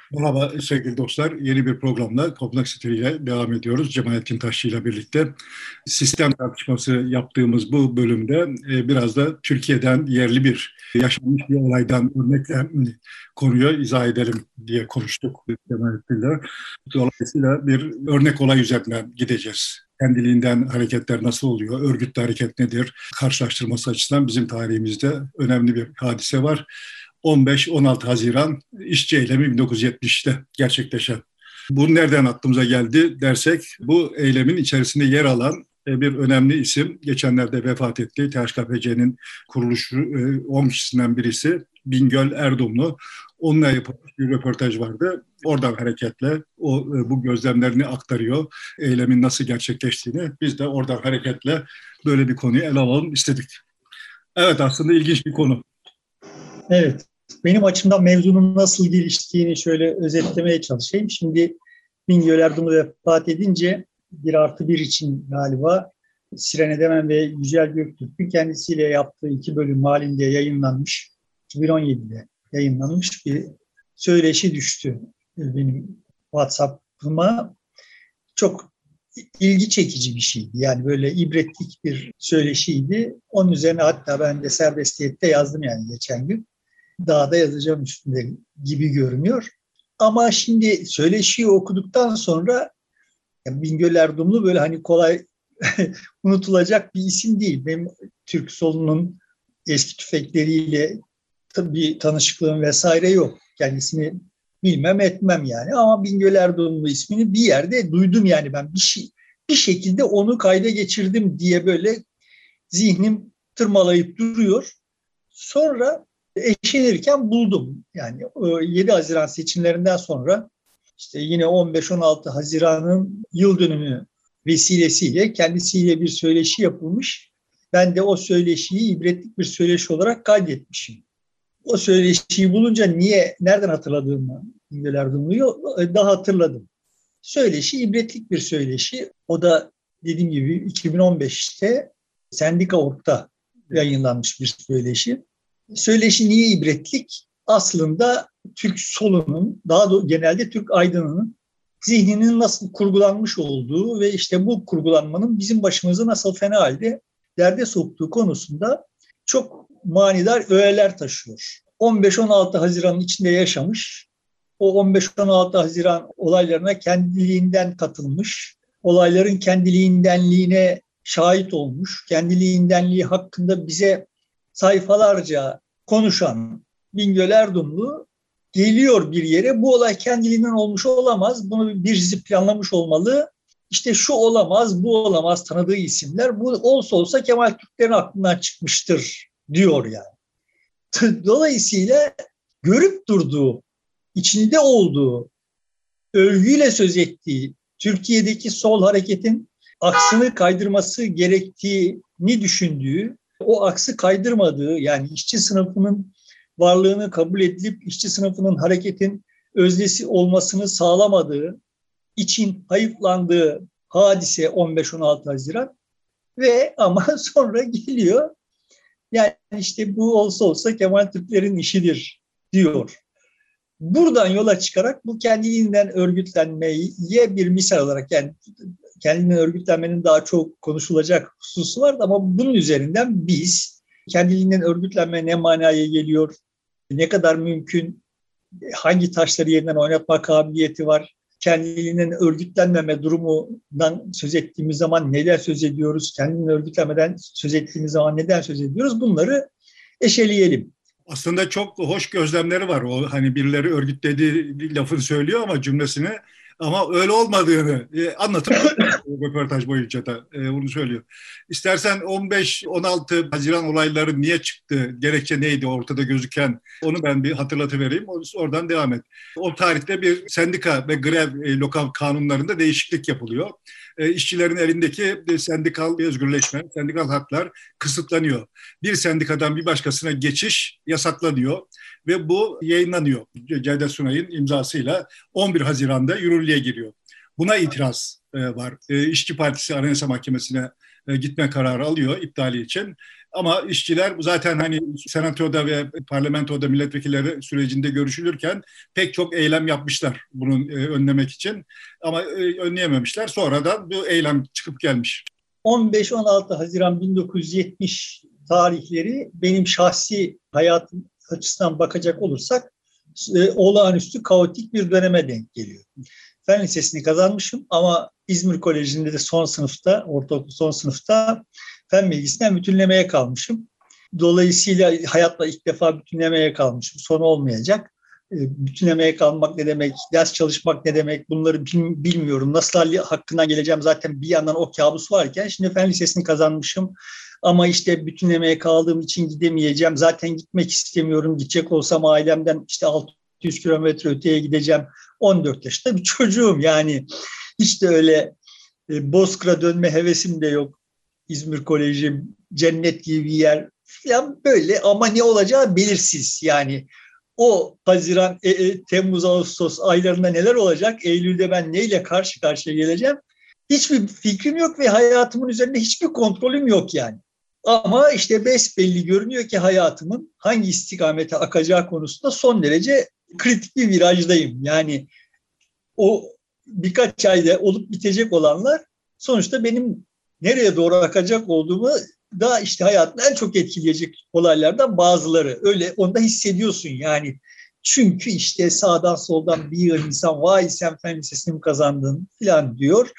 Merhaba sevgili dostlar. Yeni bir programla Kompleksite ile devam ediyoruz. Cemalettin Taşçı ile birlikte sistem tartışması yaptığımız bu bölümde biraz da Türkiye'den yerli bir yaşanmış bir olaydan örnekle konuyu izah edelim diye konuştuk Cemalettin'le. Dolayısıyla bir örnek olay üzerinden gideceğiz. Kendiliğinden hareketler nasıl oluyor? Örgütlü hareket nedir? Karşılaştırması açısından bizim tarihimizde önemli bir hadise var. 15-16 Haziran işçi eylemi 1970'te gerçekleşen. Bu nereden aklımıza geldi dersek, bu eylemin içerisinde yer alan bir önemli isim, geçenlerde vefat etti. THKPC'nin kuruluş 10 kişisinden birisi Bingöl Erdumlu. Onunla yapılmış bir röportaj vardı. Oradan hareketle bu gözlemlerini aktarıyor. Eylemin nasıl gerçekleştiğini biz de oradan hareketle böyle bir konuyu ele alalım istedik. Evet, aslında ilginç bir konu. Evet, benim açımdan mevzunun nasıl geliştiğini şöyle özetlemeye çalışayım. Şimdi Bingöl Erdoğan vefat edince 1+1 için galiba Siren Edemen ve Yücel Göktürk'ün kendisiyle yaptığı 2 bölüm halinde yayınlanmış, 2017'de yayınlanmış bir söyleşi düştü benim WhatsApp'ıma. Çok ilgi çekici bir şeydi. Yani böyle ibretlik bir söyleşiydi. Onun üzerine hatta ben de serbestiyette yazdım yani geçen gün. Daha da yazacağım üstünde gibi görünüyor. Ama şimdi söyleşiyi okuduktan sonra Bingöl Erdumlu böyle hani kolay unutulacak bir isim değil. Benim Türk solunun eski tüfekleriyle tabii tanışıklığım vesaire yok. Kendisini bilmem etmem yani. Ama Bingöl Erdumlu ismini bir yerde duydum yani ben bir şekilde onu kayda geçirdim diye böyle zihnim tırmalayıp duruyor. Sonra eşelenirken buldum. Yani 7 Haziran seçimlerinden sonra işte yine 15-16 Haziran'ın yıl dönümü vesilesiyle kendisiyle bir söyleşi yapılmış. Ben de o söyleşiyi ibretlik bir söyleşi olarak kaydetmişim. O söyleşiyi bulunca nereden hatırladığımı, daha hatırladım. Söyleşi ibretlik bir söyleşi. O da dediğim gibi 2015'te Sendika.org'da yayınlanmış bir söyleşi. Söyleşi niye ibretlik? Aslında Türk solunun, daha da genelde Türk aydınının zihninin nasıl kurgulanmış olduğu ve işte bu kurgulanmanın bizim başımızı nasıl fena halde derde soktuğu konusunda çok manidar öğeler taşıyor. 15-16 Haziran'ın içinde yaşamış, o 15-16 Haziran olaylarına kendiliğinden katılmış, olayların kendiliğindenliğine şahit olmuş, kendiliğindenliği hakkında bize sayfalarca konuşan Bingöl Erdumlu geliyor bir yere. Bu olay kendiliğinden olmuş olamaz. Bunu birisi planlamış olmalı. İşte şu olamaz, bu olamaz tanıdığı isimler. Bu olsa Kemal Türklerin aklından çıkmıştır diyor yani. Dolayısıyla görüp durduğu, içinde olduğu, övgüyle söz ettiği Türkiye'deki sol hareketin aksını kaydırması gerektiğini düşündüğü, o aksı kaydırmadığı yani işçi sınıfının varlığını kabul edilip işçi sınıfının hareketin öznesi olmasını sağlamadığı için hayıflandığı hadise 15-16 Haziran ve ama sonra geliyor yani işte bu olsa Kemal Türklerin işidir diyor. Buradan yola çıkarak bu kendiliğinden örgütlenmeye bir misal olarak yani kendiliğinden örgütlenmenin daha çok konuşulacak hususu var ama bunun üzerinden biz kendiliğinden örgütlenme ne manaya geliyor, ne kadar mümkün, hangi taşları yerinden oynatma kabiliyeti var, kendiliğinden örgütlenmeme durumundan söz ettiğimiz zaman neden söz ediyoruz, kendiliğinden örgütlenmeden söz ettiğimiz zaman neden söz ediyoruz bunları eşeleyelim. Aslında çok hoş gözlemleri var. O hani birileri örgütlediği lafını söylüyor ama cümlesini ama öyle olmadığını anlatıp röportaj boyunca da bunu söylüyor. İstersen 15-16 Haziran olayları niye çıktı? Gerekçe neydi ortada gözüken? Onu ben bir hatırlatıvereyim. Oradan devam et. O tarihte bir sendika ve grev lokal kanunlarında değişiklik yapılıyor. İşçilerin elindeki sendikal özgürleşme, sendikal haklar kısıtlanıyor. Bir sendikadan bir başkasına geçiş yasaklanıyor ve bu yayınlanıyor. Cevdet Sunay'ın imzasıyla 11 Haziran'da yürürlüğe giriyor. Buna itiraz var. İşçi Partisi Anayasa Mahkemesi'ne gitme kararı alıyor iptali için. Ama işçiler zaten hani senatoda ve parlamentoda milletvekilleri sürecinde görüşülürken pek çok eylem yapmışlar bunun önlemek için. Ama önleyememişler. Sonradan bu eylem çıkıp gelmiş. 15-16 Haziran 1970 tarihleri benim şahsi hayatım açısından bakacak olursak olağanüstü kaotik bir döneme denk geliyor. Fen Lisesi'ni kazanmışım ama İzmir Koleji'nde de son sınıfta, ortaokul son sınıfta fen bilgisinden bütünlemeye kalmışım. Dolayısıyla hayatla ilk defa bütünlemeye kalmışım. Son olmayacak. Bütünlemeye kalmak ne demek, ders çalışmak ne demek bunları bilmiyorum. Nasıl hakkından geleceğim zaten bir yandan o kabus varken şimdi Fen Lisesi'ni kazanmışım. Ama işte bütünlemeye kaldığım için gidemeyeceğim. Zaten gitmek istemiyorum. Gidecek olsam ailemden işte 600 kilometre öteye gideceğim. 14 yaşında bir çocuğum yani. Hiç de öyle Bozkır'a dönme hevesim de yok. İzmir Koleji cennet gibi bir yer falan böyle ama ne olacağı belirsiz. Yani o Haziran, Temmuz, Ağustos aylarında neler olacak? Eylül'de ben neyle karşı karşıya geleceğim? Hiçbir fikrim yok ve hayatımın üzerinde hiçbir kontrolüm yok yani. Ama işte besbelli görünüyor ki hayatımın hangi istikamete akacağı konusunda son derece kritik bir virajdayım. Yani o birkaç ayda olup bitecek olanlar sonuçta benim nereye doğru akacak olduğumu da işte hayatını en çok etkileyecek olaylardan bazıları. Öyle onu da hissediyorsun yani. Çünkü işte sağdan soldan bir insan vay sen Fen Lisesi'ni mi kazandın falan diyor.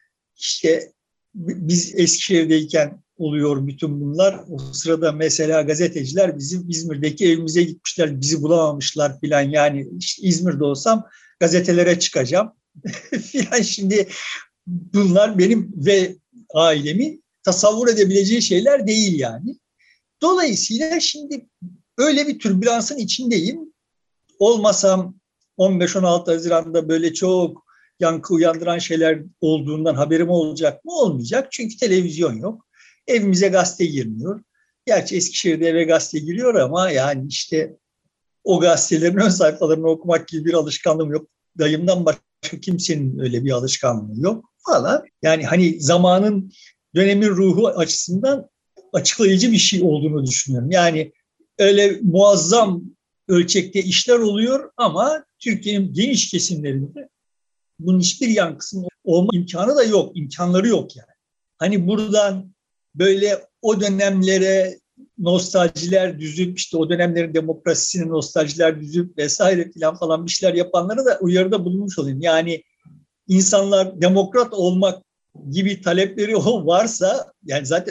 İşte biz Eskişehir'deyken oluyor bütün bunlar. O sırada mesela gazeteciler bizim İzmir'deki evimize gitmişler. Bizi bulamamışlar falan. Yani işte İzmir'de olsam gazetelere çıkacağım. falan şimdi bunlar benim ve ailemin tasavvur edebileceği şeyler değil yani. Dolayısıyla şimdi öyle bir türbülansın içindeyim. Olmasam 15-16 Haziran'da böyle çok yankı uyandıran şeyler olduğundan haberim olacak mı? Olmayacak. Çünkü televizyon yok. Evimize gazete girmiyor. Gerçi Eskişehir'de eve gazete giriyor ama yani işte o gazetelerin ön sayfalarını okumak gibi bir alışkanlığım yok. Dayımdan başka kimsenin öyle bir alışkanlığı yok falan. Yani hani zamanın, dönemin ruhu açısından açıklayıcı bir şey olduğunu düşünüyorum. Yani öyle muazzam ölçekte işler oluyor ama Türkiye'nin geniş kesimlerinde bunun hiçbir yankısının olma imkanı da yok, imkanları yok yani. Hani buradan böyle o dönemlere nostaljiler düzüp işte o dönemlerin demokrasisini nostaljiler düzüp vesaire falan bir şeyler yapanlara da uyarıda bulunmuş olayım. Yani insanlar demokrat olmak gibi talepleri varsa yani zaten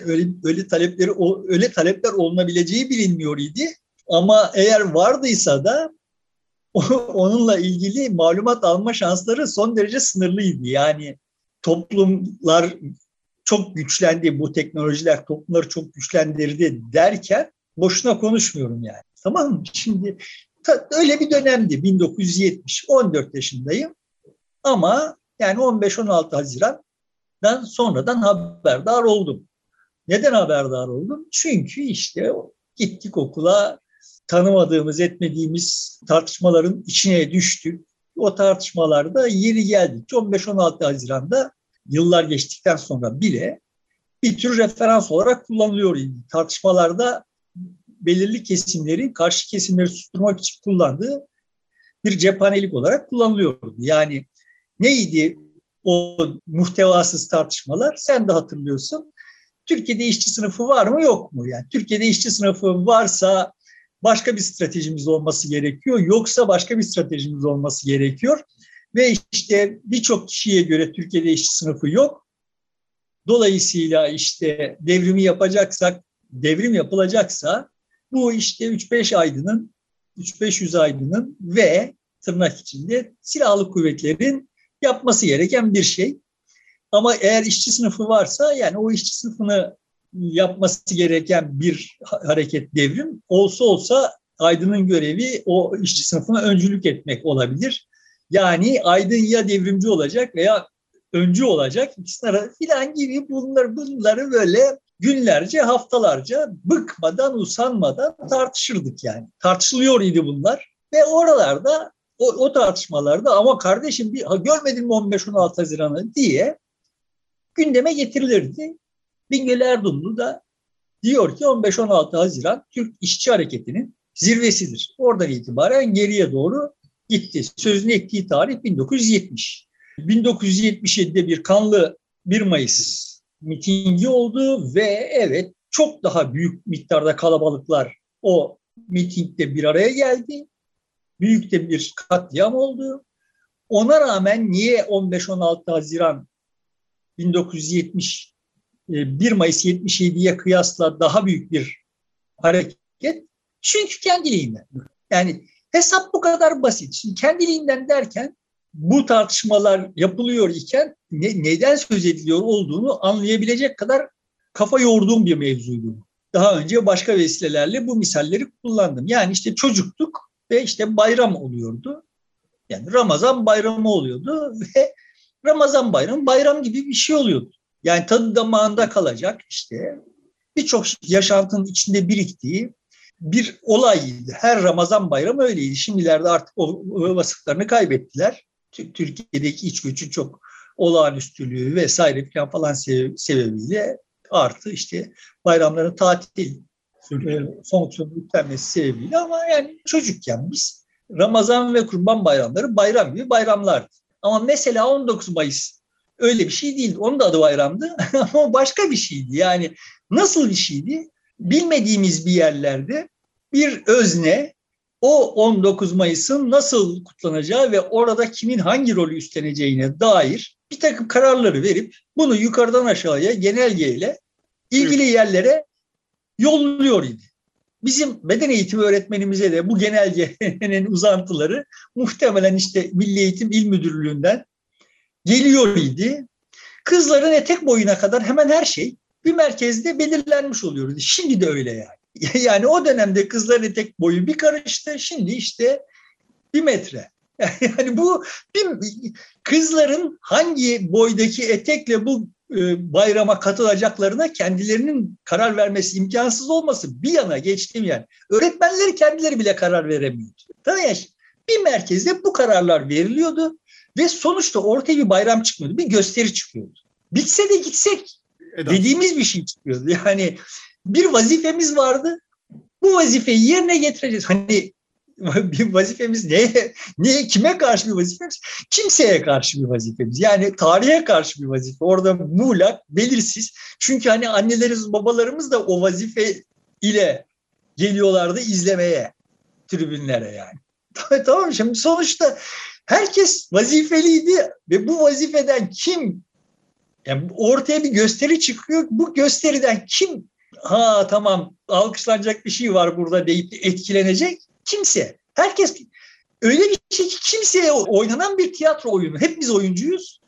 öyle talepler olunabileceği bilinmiyor idi. Ama eğer vardıysa da onunla ilgili malumat alma şansları son derece sınırlıydı. Yani toplumlar çok güçlendi, bu teknolojiler toplumları çok güçlendirdi derken boşuna konuşmuyorum yani. Tamam mı? Şimdi öyle bir dönemdi 1970, 14 yaşındayım ama yani 15-16 Haziran'dan sonradan haberdar oldum. Neden haberdar oldum? Çünkü işte gittik okula, tanımadığımız, etmediğimiz tartışmaların içine düştük. O tartışmalarda yeri geldikçe 15-16 Haziran'da yıllar geçtikten sonra bile bir tür referans olarak kullanılıyor. Tartışmalarda belirli kesimleri, karşı kesimleri susturmak için kullandığı bir cephanelik olarak kullanılıyordu. Yani neydi o muhtevasız tartışmalar? Sen de hatırlıyorsun. Türkiye'de işçi sınıfı var mı yok mu? Yani Türkiye'de işçi sınıfı varsa başka bir stratejimiz olması gerekiyor. Yoksa başka bir stratejimiz olması gerekiyor. Ve işte birçok kişiye göre Türkiye'de işçi sınıfı yok. Dolayısıyla işte devrim yapılacaksa bu işte 3-500 aydının ve tırnak içinde silahlı kuvvetlerin yapması gereken bir şey. Ama eğer işçi sınıfı varsa yani o işçi sınıfını yapması gereken bir hareket, devrim olsa aydının görevi o işçi sınıfına öncülük etmek olabilir. Yani aydın ya devrimci olacak veya öncü olacak filan gibi bunları böyle günlerce, haftalarca bıkmadan, usanmadan tartışırdık yani. Tartışılıyor idi bunlar ve oralarda o tartışmalarda ama kardeşim görmedin mi 15-16 Haziran'ı diye gündeme getirilirdi. Bingöl Erdumlu da diyor ki 15-16 Haziran Türk İşçi Hareketi'nin zirvesidir. Oradan itibaren geriye doğru gitti. Sözünü ettiği tarih 1970. 1977'de bir kanlı 1 Mayıs mitingi oldu ve evet çok daha büyük miktarda kalabalıklar o mitingde bir araya geldi. Büyük de bir katliam oldu. Ona rağmen niye 15-16 Haziran 1970 1 Mayıs 77'ye kıyasla daha büyük bir hareket? Çünkü kendiliğinden. Yani hesap bu kadar basit. Şimdi kendiliğinden derken bu tartışmalar yapılıyor iken neden söz ediliyor olduğunu anlayabilecek kadar kafa yorduğum bir mevzuydu. Daha önce başka vesilelerle bu misalleri kullandım. Yani işte çocuktuk ve işte bayram oluyordu. Yani Ramazan bayramı oluyordu ve Ramazan bayramı bayram gibi bir şey oluyordu. Yani tadı damağında kalacak işte birçok yaşantının içinde biriktiği bir olaydı. Her Ramazan bayramı öyleydi. Şimdilerde artık o vasıflarını kaybettiler. Türkiye'deki iç göçün çok olağanüstülüğü vesaire falan sebebiyle artı işte bayramların tatil fonksiyonu yüklenmesi sebebiyle ama yani çocukken biz Ramazan ve Kurban bayramları bayram gibi bayramlardı. Ama mesela 19 Mayıs öyle bir şey değildi. Onun da adı bayramdı ama başka bir şeydi. Yani nasıl bir şeydi? Bilmediğimiz bir yerlerde bir özne o 19 Mayıs'ın nasıl kutlanacağı ve orada kimin hangi rolü üstleneceğine dair bir takım kararları verip bunu yukarıdan aşağıya genelgeyle ilgili yerlere yolluyor idi. Bizim beden eğitimi öğretmenimize de bu genelgenin uzantıları muhtemelen işte Milli Eğitim İl Müdürlüğü'nden geliyor idi. Kızların etek boyuna kadar hemen her şey bir merkezde belirlenmiş oluyordu. Şimdi de öyle yani. Yani o dönemde kızların etek boyu bir karıştı. Şimdi işte 1 metre. Yani bu kızların hangi boydaki etekle bu bayrama katılacaklarına kendilerinin karar vermesi imkansız olması bir yana geçtim yani. Öğretmenleri kendileri bile karar veremiyordu. Tamam ya, bir merkezde bu kararlar veriliyordu ve sonuçta ortaya bir bayram çıkmıyordu. Bir gösteri çıkıyordu. Bitse de gitsek dediğimiz bir şey çıkıyordu. Yani bir vazifemiz vardı. Bu vazifeyi yerine getireceğiz. Hani bir vazifemiz ne kime karşı bir vazifemiz? Kimseye karşı bir vazifemiz. Yani tarihe karşı bir vazife. Orada muğlak, belirsiz. Çünkü hani annelerimiz, babalarımız da o vazife ile geliyorlardı izlemeye, tribünlere yani. Tamam, şimdi sonuçta herkes vazifeliydi ve bu vazifeden kim, yani ortaya bir gösteri çıkıyor. Bu gösteriden kim tamam alkışlanacak bir şey var burada deyip etkilenecek? Kimse. Herkes öyle bir şey ki kimseye oynanan bir tiyatro oyunu. Hepimiz oyuncuyuz.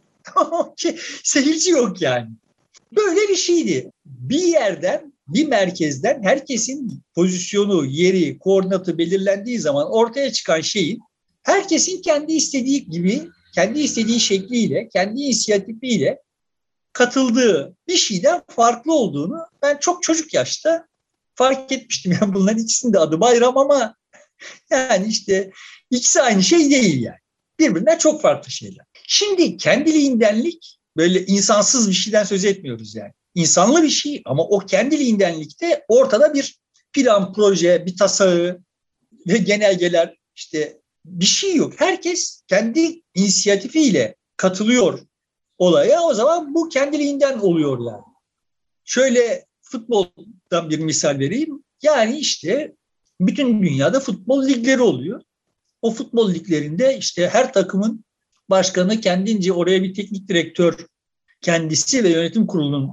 Seyirci yok yani. Böyle bir şeydi. Bir yerden, bir merkezden herkesin pozisyonu, yeri, koordinatı belirlendiği zaman ortaya çıkan şeyin herkesin kendi istediği gibi, kendi istediği şekliyle, kendi inisiyatifiyle katıldığı bir şeyden farklı olduğunu ben çok çocuk yaşta fark etmiştim. Yani bunların ikisinin de adı bayram ama yani işte ikisi aynı şey değil yani. Birbirinden çok farklı şeyler. Şimdi kendiliğindenlik böyle insansız bir şeyden söz etmiyoruz yani. İnsanlı bir şey ama o kendiliğindenlikte ortada bir plan, proje, bir tasarı ve genelgeler işte bir şey yok. Herkes kendi inisiyatifiyle katılıyor olaya, o zaman bu kendiliğinden oluyor yani. Şöyle futboldan bir misal vereyim. Yani işte bütün dünyada futbol ligleri oluyor. O futbol liglerinde işte her takımın başkanı kendince oraya bir teknik direktör kendisi ve yönetim kurulunun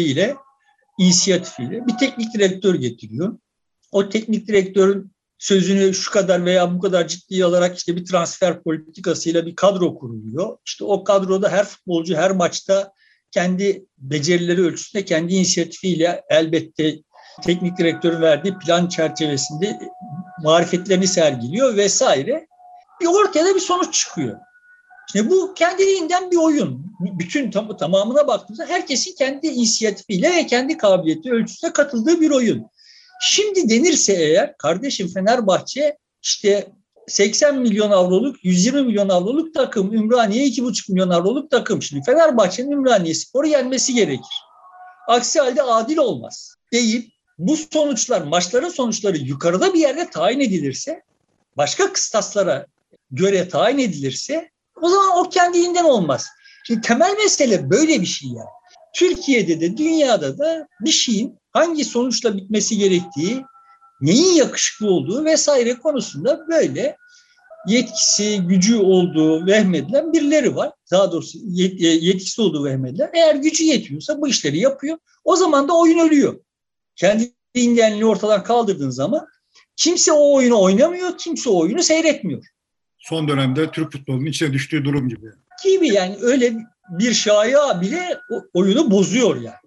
inisiyatifiyle bir teknik direktör getiriyor. O teknik direktörün sözünü şu kadar veya bu kadar ciddiye alarak işte bir transfer politikasıyla bir kadro kuruluyor. İşte o kadroda her futbolcu her maçta kendi becerileri ölçüsünde kendi inisiyatifiyle elbette teknik direktörün verdiği plan çerçevesinde marifetlerini sergiliyor vesaire. Bir ortaya bir sonuç çıkıyor. İşte bu kendiliğinden bir oyun. Bütün tamamına baktığımızda herkesin kendi inisiyatifiyle ve kendi kabiliyeti ölçüsünde katıldığı bir oyun. Şimdi denirse eğer kardeşim Fenerbahçe işte 80 milyon avroluk, 120 milyon avroluk takım, Ümraniye 2,5 milyon avroluk takım. Şimdi Fenerbahçe'nin Ümraniye Spor'u yenmesi gerekir. Aksi halde adil olmaz deyip bu sonuçlar, maçların sonuçları yukarıda bir yerde tayin edilirse, başka kıstaslara göre tayin edilirse o zaman o kendiliğinden olmaz. Şimdi temel mesele böyle bir şey yani. Türkiye'de de dünyada da bir şeyin hangi sonuçla bitmesi gerektiği, neyin yakışıklı olduğu vesaire konusunda böyle yetkisi, gücü olduğu vehmedilen birileri var. Daha doğrusu yetkisi olduğu vehmedilen. Eğer gücü yetiyorsa bu işleri yapıyor. O zaman da oyun ölüyor. Kendi dingenliğini ortadan kaldırdığın zaman kimse o oyunu oynamıyor, kimse o oyunu seyretmiyor. Son dönemde Türk futbolunun içine düştüğü durum gibi. Gibi yani öyle bir şaya bile oyunu bozuyor yani.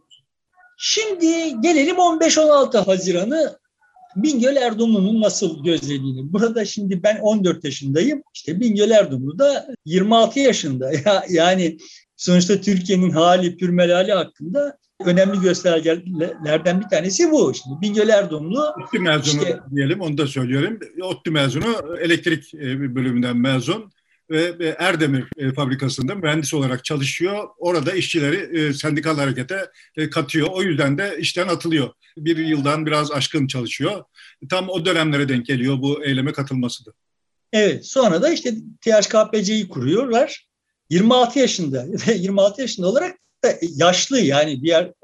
Şimdi gelelim 15-16 Haziran'ı Bingöl Erdoğan'ın nasıl gözlediğini. Burada şimdi ben 14 yaşındayım. İşte Bingöl Erdoğan da 26 yaşında. Yani sonuçta Türkiye'nin hali, pürmelali hakkında önemli göstergelerden bir tanesi bu. Şimdi Bingöl Erdoğan'lı ODTÜ mezunu diyelim, onu da söyleyelim. ODTÜ mezunu, elektrik bölümünden mezun ve Erdemir fabrikasında mühendis olarak çalışıyor. Orada işçileri sendikal harekete katıyor. O yüzden de işten atılıyor. Bir yıldan biraz aşkın çalışıyor. Tam o dönemlere denk geliyor bu eyleme katılması da. Evet, sonra da işte THKPC'yi kuruyorlar. 26 yaşında ve 26 yaşında olarak da yaşlı yani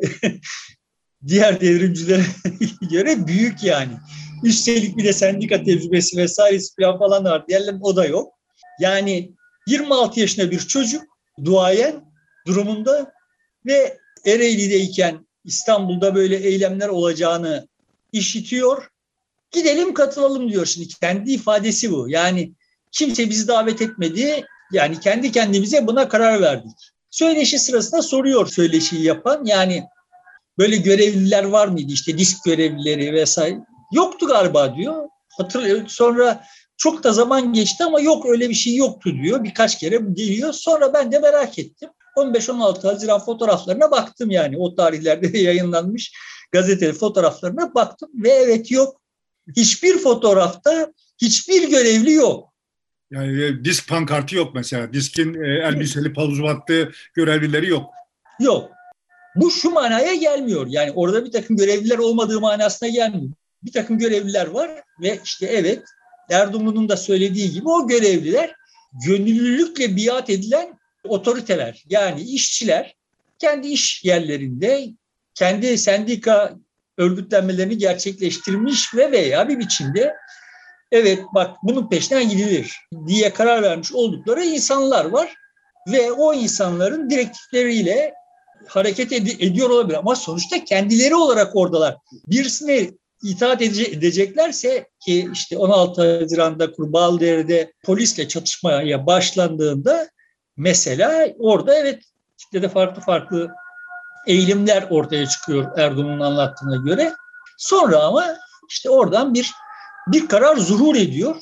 diğer devrimcilere göre büyük yani. Üstelik bir de sendika tecrübesi vesairesi falan var. Diğerlerinin o da yok. Yani 26 yaşında bir çocuk duayen durumunda ve Ereğli'deyken İstanbul'da böyle eylemler olacağını işitiyor. Gidelim katılalım diyor şimdi. Kendi ifadesi bu. Yani kimse bizi davet etmedi. Yani kendi kendimize buna karar verdik. Söyleşi sırasında soruyor söyleşiyi yapan. Yani böyle görevliler var mıydı? İşte disk görevlileri vesaire. Yoktu galiba diyor. Sonra çok da zaman geçti ama yok öyle bir şey yoktu diyor. Birkaç kere geliyor. Sonra ben de merak ettim. 15-16 Haziran fotoğraflarına baktım yani. O tarihlerde yayınlanmış gazeteli fotoğraflarına baktım. Ve evet yok. Hiçbir fotoğrafta hiçbir görevli yok. Yani disk pankartı yok mesela. Diskin elbiseli pazuvatlı görevlileri yok. Yok. Bu şu manaya gelmiyor. Yani orada bir takım görevliler olmadığı manasına gelmiyor. Bir takım görevliler var ve işte evet Erdoğan'ın da söylediği gibi o görevliler gönüllülükle biat edilen otoriteler. Yani işçiler kendi iş yerlerinde kendi sendika örgütlenmelerini gerçekleştirmiş ve veya bir biçimde evet bak bunun peşinden gidilir diye karar vermiş oldukları insanlar var ve o insanların direktifleriyle hareket ediyor olabilir ama sonuçta kendileri olarak oradalar. Birisine itaat edeceklerse ki işte 16 Haziran'da Kurbağalıdere'de polisle çatışmaya başlandığında mesela orada evet kitlede farklı eğilimler ortaya çıkıyor Erdoğan'ın anlattığına göre. Sonra ama işte oradan bir karar zuhur ediyor.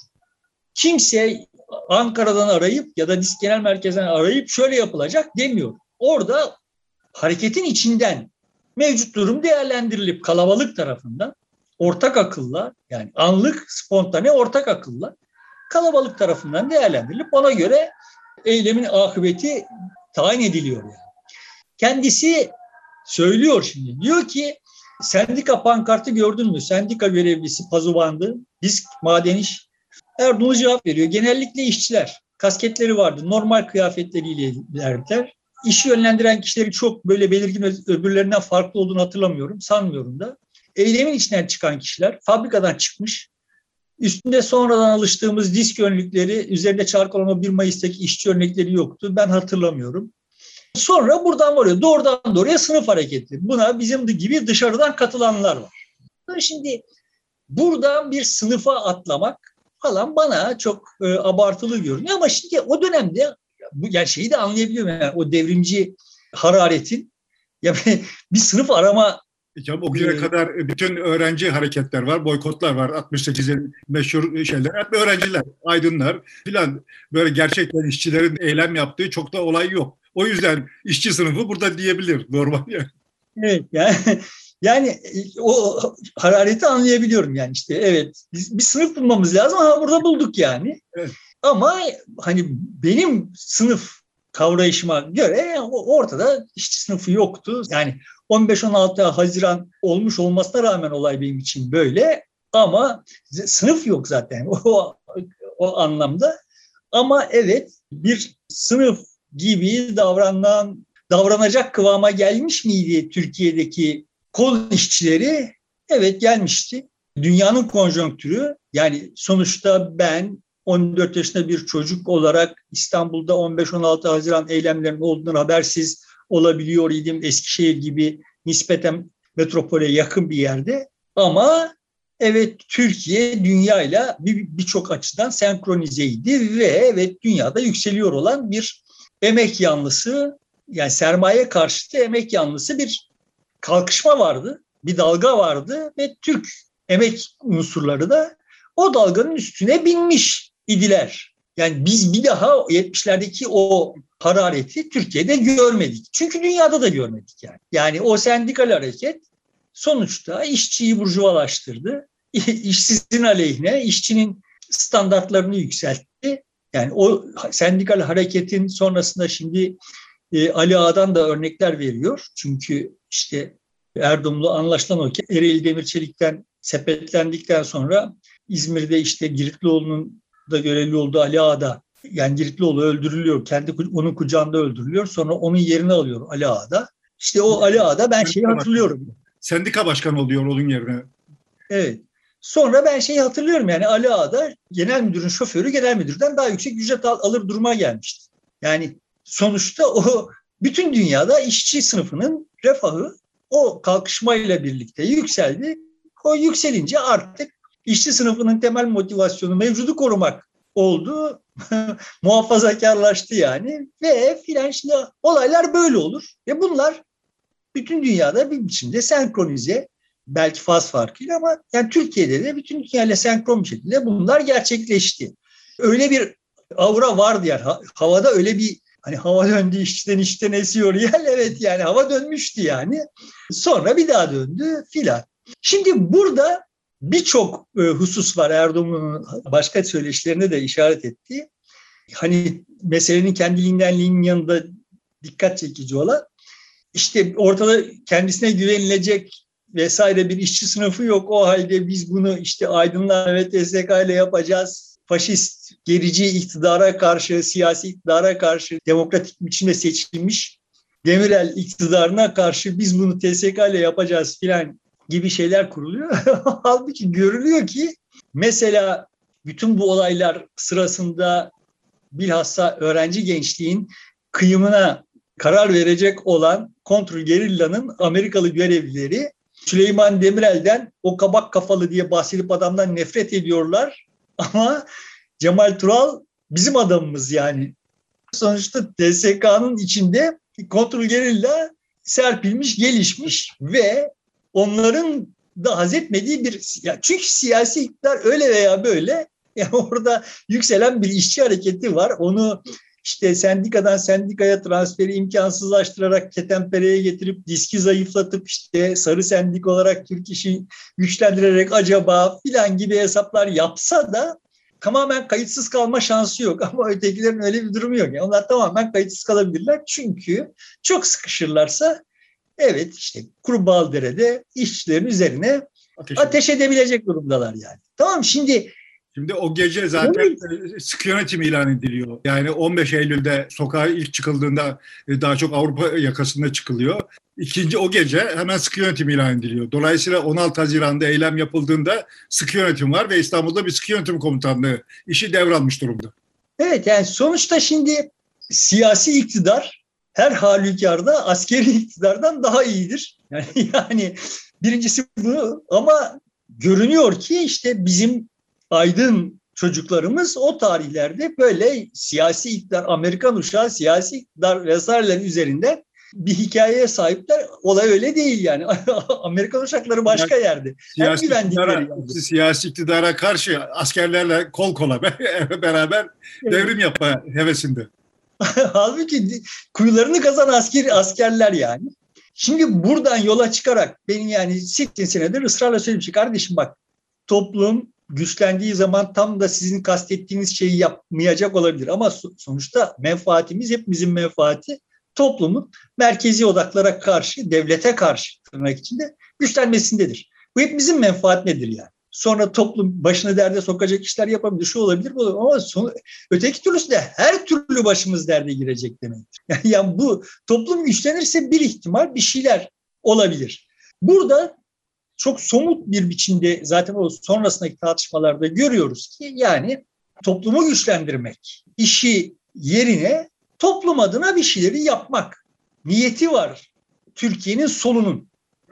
Kimse Ankara'dan arayıp ya da Disk Genel Merkez'den arayıp şöyle yapılacak demiyor. Orada hareketin içinden mevcut durum değerlendirilip kalabalık tarafından ortak akılla yani anlık, spontane ortak akılla kalabalık tarafından değerlendirilip ona göre eylemin akıbeti tayin ediliyor yani. Kendisi söylüyor şimdi. Diyor ki sendika pankartı gördün mü? Sendika görevlisi pazubandı. Disk maden iş. Erdoğan cevap veriyor. Genellikle işçiler. Kasketleri vardı. Normal kıyafetleriyle geldiler. İşi yönlendiren kişileri çok böyle belirgin öbürlerinden farklı olduğunu hatırlamıyorum. Sanmıyorum da. Eylemin içinden çıkan kişiler fabrikadan çıkmış. Üstünde sonradan alıştığımız disk önlükleri, üzerinde çarkılama 1 Mayıs'taki işçi örnekleri yoktu. Ben hatırlamıyorum. Sonra buradan varıyor. Doğrudan doğruya sınıf hareketi. Buna bizim gibi dışarıdan katılanlar var. Şimdi buradan bir sınıfa atlamak falan bana çok abartılı görünüyor. Ama şimdi o dönemde yani şeyi de anlayabiliyorum. Yani o devrimci hararetin ya bir sınıf arama. O güne kadar bütün öğrenci hareketler var, boykotlar var. 68'in meşhur şeyler. Hep öğrenciler, aydınlar filan. Böyle gerçekten işçilerin eylem yaptığı çok da olay yok. O yüzden işçi sınıfı burada diyebilir normal yani. Evet yani o harareti anlayabiliyorum yani işte evet biz bir sınıf bulmamız lazım ama burada bulduk yani. Evet. Ama hani benim sınıf kavrayışıma göre ortada işçi sınıfı yoktu. Yani 15-16 Haziran olmuş olmasına rağmen olay benim için böyle. Ama sınıf yok zaten o anlamda. Ama evet, bir sınıf gibi davranacak kıvama gelmiş miydi Türkiye'deki kol işçileri? Evet, gelmişti. Dünyanın konjonktürü, yani sonuçta ben 14 yaşında bir çocuk olarak İstanbul'da 15-16 Haziran eylemlerinin olduğundan habersiz olabiliyor idim. Eskişehir gibi nispeten metropole yakın bir yerde. Ama evet, Türkiye dünyayla birçok açıdan senkronizeydi ve evet, dünyada yükseliyor olan bir emek yanlısı, yani sermaye karşıtı emek yanlısı bir kalkışma vardı. Bir dalga vardı ve Türk emek unsurları da o dalganın üstüne binmiş idiler. Yani biz bir daha 70'lerdeki o harareti Türkiye'de görmedik. Çünkü dünyada da görmedik yani. Yani o sendikal hareket sonuçta işçiyi burjuvalaştırdı. İşsizin aleyhine, işçinin standartlarını yükseltti. Yani o sendikal hareketin sonrasında şimdi Ali Ağa'dan da örnekler veriyor. Çünkü işte Erdumlu anlaşılan o ki Ereğli Demir Çelik'ten sepetlendikten sonra İzmir'de işte Giritlioğlu'nun da görevli olduğu Ali Ağa'da, yani Giritlioğlu öldürülüyor. Onun kucağında öldürülüyor. Sonra onun yerini alıyor Ali Ağa'da. İşte o Ali Ağa'da ben şeyi hatırlıyorum. Sendika başkanı oluyor onun yerine. Evet. Sonra ben şeyi hatırlıyorum, yani Ali Ağa'da genel müdürün şoförü genel müdürden daha yüksek ücret alır duruma gelmişti. Yani sonuçta o bütün dünyada işçi sınıfının refahı o kalkışmayla birlikte yükseldi. O yükselince artık işçi sınıfının temel motivasyonu mevcudu korumak oldu. Muhafazakarlaştı yani ve filan, şimdi olaylar böyle olur. Ve bunlar bütün dünyada bir biçimde senkronize, belki faz farkıyla ama yani Türkiye'de de bütün dünyayla senkron bir şekilde bunlar gerçekleşti. Öyle bir aura vardı yani havada, öyle bir hani hava döndü işten esiyor yani, evet yani hava dönmüştü yani. Sonra bir daha döndü filan. Şimdi burada birçok husus var, Erdoğan'ın başka söyleşilerine de işaret ettiği. Hani meselenin kendiliğindenliğinin yanında dikkat çekici olan, İşte ortada kendisine güvenilecek vesaire bir işçi sınıfı yok. O halde biz bunu işte aydınlar ve TSK ile yapacağız. Faşist, gerici iktidara karşı, siyasi iktidara karşı, demokratik biçimde seçilmiş Demirel iktidarına karşı biz bunu TSK ile yapacağız filan gibi şeyler kuruluyor. Halbuki görülüyor ki mesela bütün bu olaylar sırasında bilhassa öğrenci gençliğin kıyımına karar verecek olan kontrgerillanın Amerikalı görevlileri Süleyman Demirel'den o kabak kafalı diye bahsedip adamdan nefret ediyorlar. Ama Cemal Tural bizim adamımız yani. Sonuçta TSK'nın içinde kontrgerilla serpilmiş, gelişmiş ve onların da haz etmediği bir... Çünkü siyasi iktidar öyle veya böyle yani orada yükselen bir işçi hareketi var. Onu İşte sendikadan sendikaya transferi imkansızlaştırarak ketenpereye getirip diski zayıflatıp işte sarı sendik olarak Türk İş'i güçlendirerek acaba filan gibi hesaplar yapsa da tamamen kayıtsız kalma şansı yok. Ama ötekilerin öyle bir durumu yok. Yani onlar tamamen kayıtsız kalabilirler. Çünkü çok sıkışırlarsa evet işte Kurbağalıdere'de işçilerin üzerine ateş edebilecek durumdalar yani. Tamam, şimdi o gece zaten sıkı yönetim ilan ediliyor. Yani 15 Eylül'de sokağa ilk çıkıldığında daha çok Avrupa yakasında çıkılıyor. O gece hemen sıkı yönetim ilan ediliyor. Dolayısıyla 16 Haziran'da eylem yapıldığında sıkı yönetim var ve İstanbul'da bir sıkı yönetim komutanlığı işi devralmış durumda. Evet, yani sonuçta şimdi siyasi iktidar her halükarda askeri iktidardan daha iyidir. Yani birincisi bu, ama görünüyor ki işte bizim aydın çocuklarımız o tarihlerde böyle siyasi iktidar, Amerikan uşağı siyasi iktidar vesaireler üzerinde bir hikayeye sahipler. Olay öyle değil yani. Amerikan uşakları başka yerde. Siyasi iktidara karşı askerlerle kol kola beraber devrim yapma hevesinde. Halbuki kuyularını kazan askerler yani. Şimdi buradan yola çıkarak benim yani 80 senedir ısrarla söylediğim şey, kardeşim bak, toplum güçlendiği zaman tam da sizin kastettiğiniz şeyi yapmayacak olabilir. Ama sonuçta menfaatimiz, hepimizin menfaati toplumun merkezi odaklara karşı, devlete karşı tırnak içinde güçlenmesindedir. Bu hepimizin menfaat nedir yani? Sonra toplum başını derde sokacak işler yapabilir, şu olabilir, bu olabilir. Ama öteki türlüsü de her türlü başımız derde girecek demektir. Yani bu toplum güçlenirse bir ihtimal bir şeyler olabilir. Burada çok somut bir biçimde zaten o sonrasındaki tartışmalarda görüyoruz ki yani toplumu güçlendirmek işi yerine toplum adına bir şeyleri yapmak niyeti var Türkiye'nin solunun.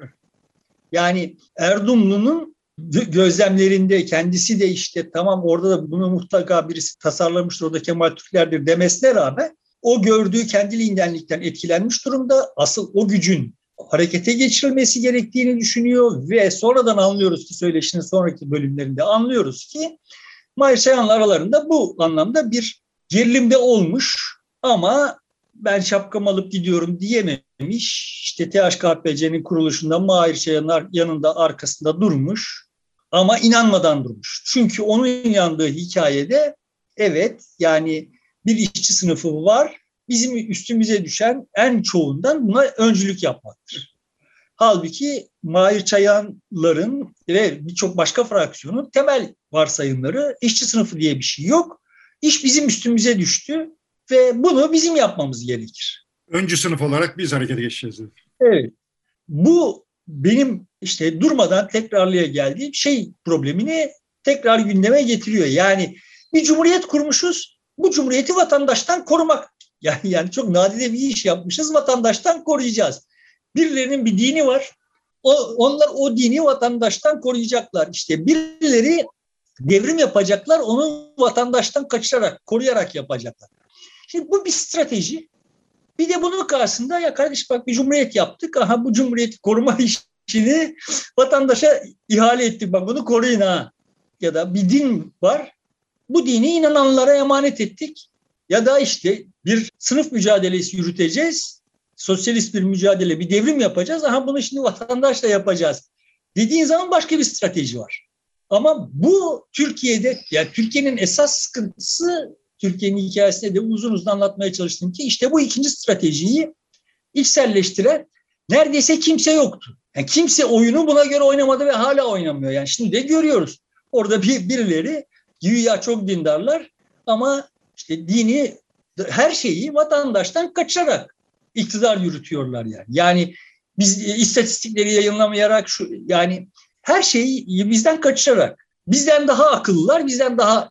Yani Erdumlu'nun gözlemlerinde kendisi de işte tamam orada da bunu mutlaka birisi tasarlamıştır, o da Kemal Türkler'dir demesine rağmen o gördüğü kendiliğindenlikten etkilenmiş durumda. Asıl o gücün harekete geçirilmesi gerektiğini düşünüyor ve sonradan anlıyoruz ki söyleşinin sonraki bölümlerinde anlıyoruz ki Mahir Çayan'la aralarında bu anlamda bir gerilimde olmuş ama ben şapkamı alıp gidiyorum diyememiş. İşte THKPC'nin kuruluşunda Mahir Çayanlar yanında arkasında durmuş ama inanmadan durmuş. Çünkü onun inandığı hikayede evet yani bir işçi sınıfı var. Bizim üstümüze düşen en çoğundan buna öncülük yapmaktır. Halbuki Mahir Çayanların ve birçok başka fraksiyonun temel varsayımları işçi sınıfı diye bir şey yok. İş bizim üstümüze düştü ve bunu bizim yapmamız gerekir. Öncü sınıf olarak biz harekete geçeceğiz. Evet. Bu benim işte durmadan tekrarlıya geldiğim şey problemini tekrar gündeme getiriyor. Yani bir cumhuriyet kurmuşuz. Bu cumhuriyeti vatandaştan korumak. Yani çok nadide bir iş yapmışız. Vatandaştan koruyacağız. Birilerinin bir dini var. Onlar o dini vatandaştan koruyacaklar. İşte birileri devrim yapacaklar. Onu vatandaştan kaçırarak, koruyarak yapacaklar. Şimdi bu bir strateji. Bir de bunun karşısında ya kardeş bak bir cumhuriyet yaptık. Aha bu cumhuriyeti koruma işini vatandaşa ihale ettik. Bak bunu koruyun ha. Ya da bir din var. Bu dini inananlara emanet ettik. Ya da işte bir sınıf mücadelesi yürüteceğiz. Sosyalist bir mücadele, bir devrim yapacağız. Aha bunu şimdi vatandaşla yapacağız. Dediğin zaman başka bir strateji var. Ama bu Türkiye'de, yani Türkiye'nin esas sıkıntısı, Türkiye'nin hikayesinde de uzun uzun anlatmaya çalıştım ki işte bu ikinci stratejiyi içselleştiren neredeyse kimse yoktu. Yani kimse oyunu buna göre oynamadı ve hala oynamıyor. Yani şimdi de görüyoruz. Orada birileri güya çok dindarlar ama işte dini, her şeyi vatandaştan kaçarak iktidar yürütüyorlar yani. Yani biz istatistikleri yayınlamayarak yani her şeyi bizden kaçarak, bizden daha akıllılar, bizden daha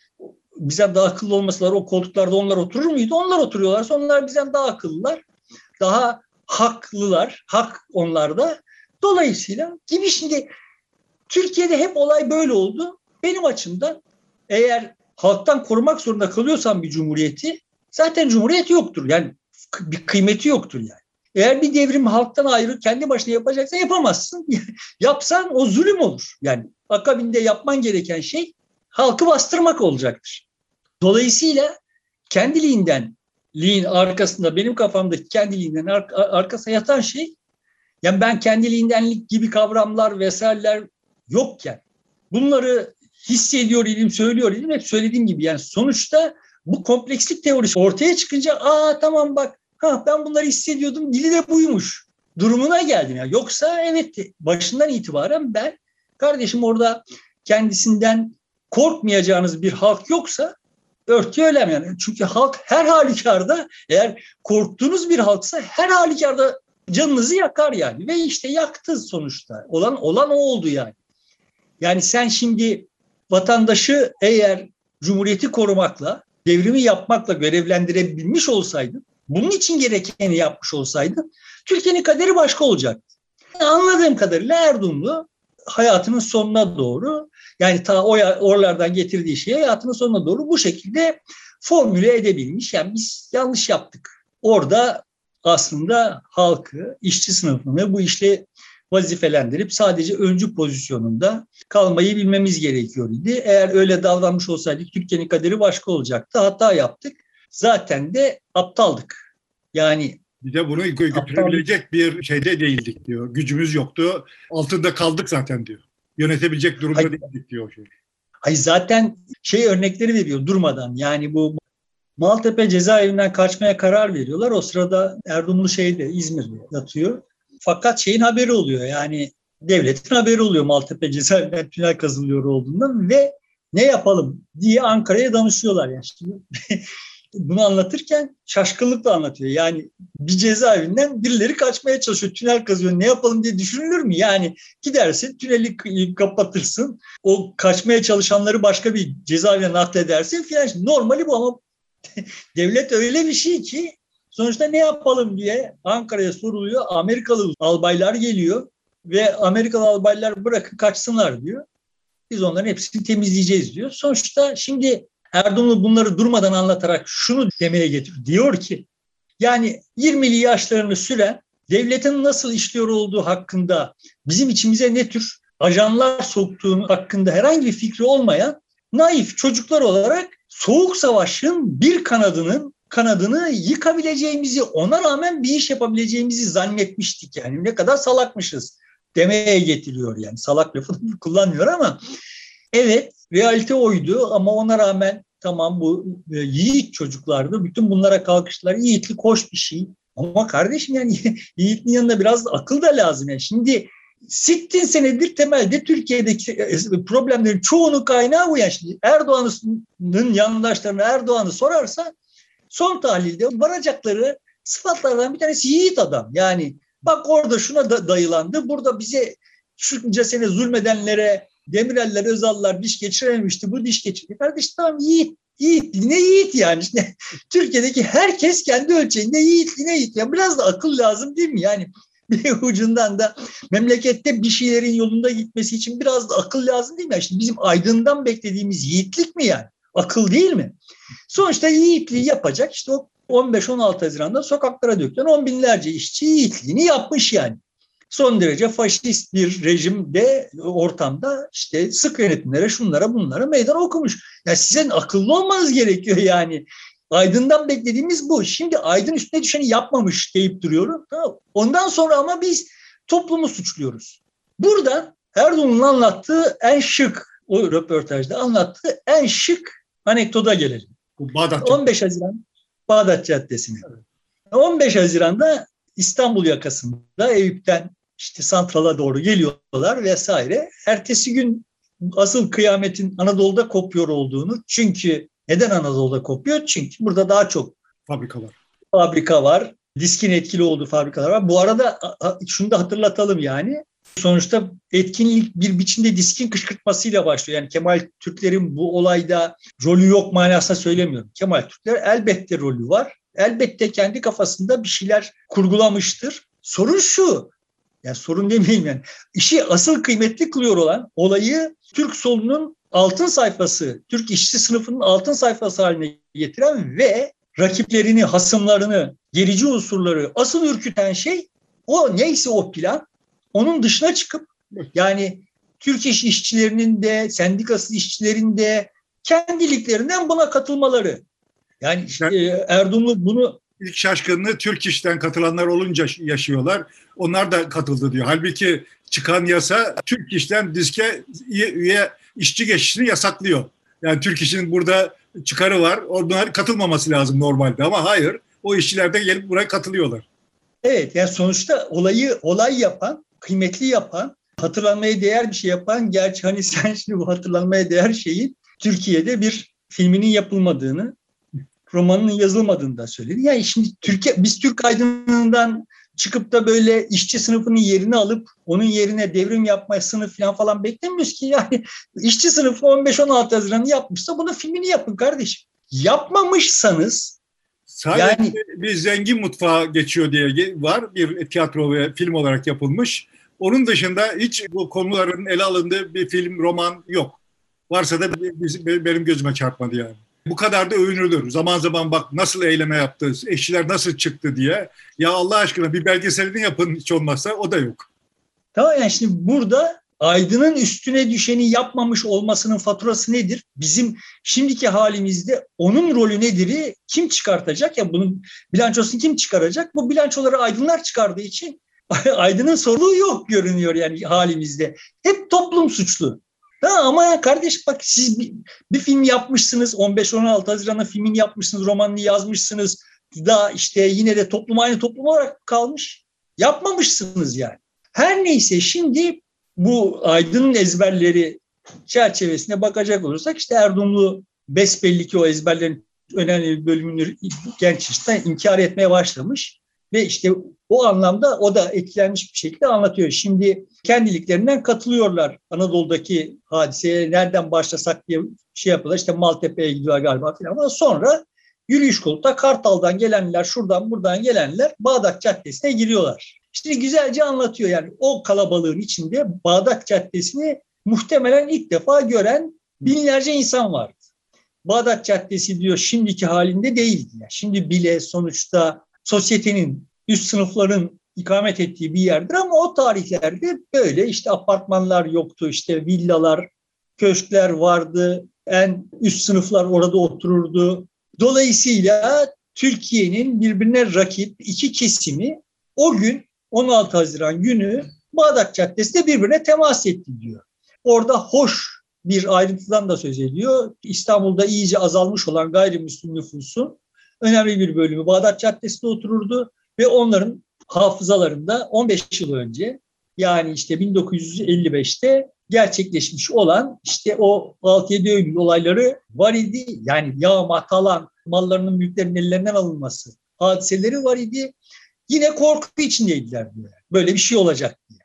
akıllı olmasalar o koltuklarda onlar oturur muydu? Onlar oturuyorlarsa onlar bizden daha akıllılar, daha haklılar, hak onlarda. Dolayısıyla gibi şimdi Türkiye'de hep olay böyle oldu. Benim açımdan eğer halktan korumak zorunda kalıyorsan bir cumhuriyeti zaten cumhuriyet yoktur. Yani bir kıymeti yoktur yani. Eğer bir devrim halktan ayrı kendi başına yapacaksan yapamazsın. Yapsan o zulüm olur. Yani akabinde yapman gereken şey halkı bastırmak olacaktır. Dolayısıyla kendiliğinden arkasında benim kafamdaki kendiliğinden arkasına yatan şey yani ben kendiliğindenlik gibi kavramlar vesaireler yokken bunları hissediyor idim, söylüyor idim. Hep söylediğim gibi yani sonuçta bu komplekslik teorisi ortaya çıkınca tamam bak ben bunları hissediyordum, dili de buymuş durumuna geldim. Yani yoksa evet başından itibaren ben kardeşim orada kendisinden korkmayacağınız bir halk yoksa örtüye ölem yani. Çünkü halk her halükarda eğer korktuğunuz bir halksa her halükarda canınızı yakar yani. Ve işte yaktı sonuçta. Olan o oldu yani. Yani sen şimdi vatandaşı eğer cumhuriyeti korumakla, devrimi yapmakla görevlendirebilmiş olsaydın, bunun için gerekeni yapmış olsaydın, Türkiye'nin kaderi başka olacaktı. Anladığım kadarıyla Erdumlu hayatının sonuna doğru, yani ta oralardan getirdiği şeyi hayatının sonuna doğru bu şekilde formüle edebilmiş. Yani biz yanlış yaptık. Orada aslında halkı, işçi sınıfını bu işle vazifelendirip sadece öncü pozisyonunda kalmayı bilmemiz gerekiyor idi. Eğer öyle davranmış olsaydık Türkiye'nin kaderi başka olacaktı. Hata yaptık. Zaten de aptaldık. Yani bir de bunu götürebilecek bir şeyde değildik diyor. Gücümüz yoktu. Altında kaldık zaten diyor. Yönetebilecek durumda değildik diyor. Ay zaten örnekleri veriyor durmadan. Yani bu Maltepe cezaevinden kaçmaya karar veriyorlar. O sırada Erdumlu İzmir'de yatıyor. Fakat haberi oluyor. Yani devletin haberi oluyor Maltepe cezaevinden tünel kazılıyor olduğundan ve ne yapalım diye Ankara'ya danışıyorlar. Yani şimdi bunu anlatırken şaşkınlıkla anlatıyor. Yani bir cezaevinden birileri kaçmaya çalışıyor. Tünel kazıyor. Ne yapalım diye düşünülür mü? Yani gidersin, tüneli kapatırsın. O kaçmaya çalışanları başka bir cezaevine nakledersin filan. Normali bu ama devlet öyle bir şey ki sonuçta ne yapalım diye Ankara'ya soruluyor. Amerikalı albaylar geliyor ve Amerikalı albaylar bırakın kaçsınlar diyor. Biz onların hepsini temizleyeceğiz diyor. Sonuçta şimdi Erdoğan bunları durmadan anlatarak şunu demeye getiriyor. Diyor ki yani 20'li yaşlarını süren devletin nasıl işliyor olduğu hakkında bizim içimize ne tür ajanlar soktuğunu hakkında herhangi bir fikri olmayan naif çocuklar olarak Soğuk Savaş'ın bir kanadını yıkabileceğimizi, ona rağmen bir iş yapabileceğimizi zannetmiştik. Yani ne kadar salakmışız demeye getiriyor yani. Salak lafını kullanmıyor ama evet, realite oydu ama ona rağmen tamam bu yiğit çocuklardı. Bütün bunlara kalkıştılar. Yiğitlik hoş bir şey. Ama kardeşim yani yiğitliğin yanında biraz da akıl da lazım. Yani şimdi 60 senedir temelde Türkiye'deki problemlerin çoğunun kaynağı bu. Yani şimdi Erdoğan'ın yandaşlarına Erdoğan'ı sorarsa son tahlilde varacakları sıfatlardan bir tanesi yiğit adam. Yani bak orada şuna dayılandı. Burada bize şunca sene zulmedenlere Demirel'ler, Özal'lar diş geçirememişti. Bu diş geçirdi. Kardeş tamam yiğit. Yiğitliğine yiğit yani. İşte, Türkiye'deki herkes kendi ölçeğinde yiğitliğine yiğit. Ya biraz da akıl lazım değil mi? Yani bir ucundan da memlekette bir şeylerin yolunda gitmesi için biraz da akıl lazım değil mi? Yani şimdi bizim Aydın'dan beklediğimiz yiğitlik mi yani? Akıl değil mi? Sonuçta yiğitliği yapacak işte o 15-16 Haziran'da sokaklara dökülen 10 binlerce işçi yiğitliğini yapmış yani. Son derece faşist bir rejimde, ortamda işte sık yönetimlere, şunlara bunlara meydan okumuş. Yani sizin akıllı olmanız gerekiyor yani. Aydın'dan beklediğimiz bu. Şimdi Aydın üstüne düşeni yapmamış deyip duruyorum. Ondan sonra ama biz toplumu suçluyoruz. Burada Erdoğan'ın anlattığı en şık, o röportajda anlattığı en şık anekdota gelelim. 15 Haziran Bağdat Caddesi'ne. 15 Haziran'da İstanbul yakasında Eyüp'ten işte Santral'a doğru geliyorlar vesaire. Ertesi gün asıl kıyametin Anadolu'da kopuyor olduğunu, çünkü neden Anadolu'da kopuyor? Çünkü burada daha çok fabrika var. Diskin etkili olduğu fabrikalar var. Bu arada şunu da hatırlatalım yani. Sonuçta etkinlik bir biçimde diskin kışkırtmasıyla başlıyor. Yani Kemal Türkler'in bu olayda rolü yok manasında söylemiyorum. Kemal Türkler elbette rolü var. Elbette kendi kafasında bir şeyler kurgulamıştır. Sorun şu, yani sorun demeyeyim yani. İşi asıl kıymetli kılıyor olan olayı Türk solunun altın sayfası, Türk işçi sınıfının altın sayfası haline getiren ve rakiplerini, hasımlarını, gerici unsurları asıl ürküten şey o neyse o plan. Onun dışına çıkıp yani Türk iş işçilerinin de sendikası işçilerin de kendiliklerinden buna katılmaları. Yani Erdoğan bunu ilk şaşkınlığı Türk İş'ten katılanlar olunca yaşıyorlar. Onlar da katıldı diyor. Halbuki çıkan yasa Türk İş'ten diske üye işçi geçişini yasaklıyor. Yani Türk İş'in burada çıkarı var. Onlar katılmaması lazım normalde ama hayır. O işçiler de gelip buraya katılıyorlar. Evet, yani sonuçta olay yapan, kıymetli yapan, hatırlanmaya değer bir şey yapan, gerçi hani sen şimdi bu hatırlanmaya değer şeyin Türkiye'de bir filminin yapılmadığını, romanının yazılmadığını da söyledi. Yani şimdi biz Türk aydınlığından çıkıp da böyle işçi sınıfının yerini alıp onun yerine devrim yapmasını falan beklemiyoruz ki. Yani işçi sınıfı 15-16 Haziran'ı yapmışsa bunun filmini yapın kardeşim. Yapmamışsanız sadece yani, bir zengin mutfağı geçiyor diye var. Bir tiyatro ve film olarak yapılmış. Onun dışında hiç bu konuların ele alındığı bir film, roman yok. Varsa da benim gözüme çarpmadı yani. Bu kadar da övünülür. Zaman zaman bak nasıl eyleme yaptı, eşçiler nasıl çıktı diye. Ya Allah aşkına bir belgeselini yapın hiç olmazsa, o da yok. Tamam, yani şimdi burada Aydın'ın üstüne düşeni yapmamış olmasının faturası nedir? Bizim şimdiki halimizde onun rolü nedir? Kim çıkartacak? Ya bunun bilançosunu kim çıkaracak? Bu bilançoları aydınlar çıkardığı için Aydın'ın sorumluluğu yok görünüyor yani halimizde. Hep toplum suçlu. Ama kardeş bak siz bir film yapmışsınız. 15-16 Haziran'da filmini yapmışsınız. Romanını yazmışsınız. Da işte yine de aynı toplum olarak kalmış. Yapmamışsınız yani. Her neyse şimdi bu Aydın'ın ezberleri çerçevesine bakacak olursak işte Erdumlu besbelli ki o ezberlerin önemli bir bölümünü genç yaşta inkar etmeye başlamış. Ve işte o anlamda o da etkilenmiş bir şekilde anlatıyor. Şimdi kendiliklerinden katılıyorlar Anadolu'daki hadiseye nereden başlasak diye şey yapıyorlar. İşte Maltepe'ye gidiyor galiba filan. Ama sonra yürüyüş kolunda Kartal'dan gelenler, şuradan buradan gelenler Bağdat Caddesi'ne giriyorlar. İşte güzelce anlatıyor yani o kalabalığın içinde Bağdat Caddesi'ni muhtemelen ilk defa gören binlerce insan vardı. Bağdat Caddesi diyor şimdiki halinde değildi. Yani şimdi bile sonuçta sosyetenin, üst sınıfların ikamet ettiği bir yerdir ama o tarihlerde böyle işte apartmanlar yoktu, işte villalar, köşkler vardı, en üst sınıflar orada otururdu. Dolayısıyla Türkiye'nin birbirine rakip iki kesimi o gün 16 Haziran günü Bağdat Caddesi'nde birbirine temas etti diyor. Orada hoş bir ayrıntıdan da söz ediyor. İstanbul'da iyice azalmış olan gayrimüslim nüfusun önemli bir bölümü Bağdat Caddesi'nde otururdu ve onların hafızalarında 15 yıl önce yani işte 1955'te gerçekleşmiş olan işte o 6-7 Eylül olayları var idi. Yani yağma, talan, mallarının mülklerinin ellerinden alınması hadiseleri var idi. Yine korku içindeydiler diyor. Böyle bir şey olacak diye.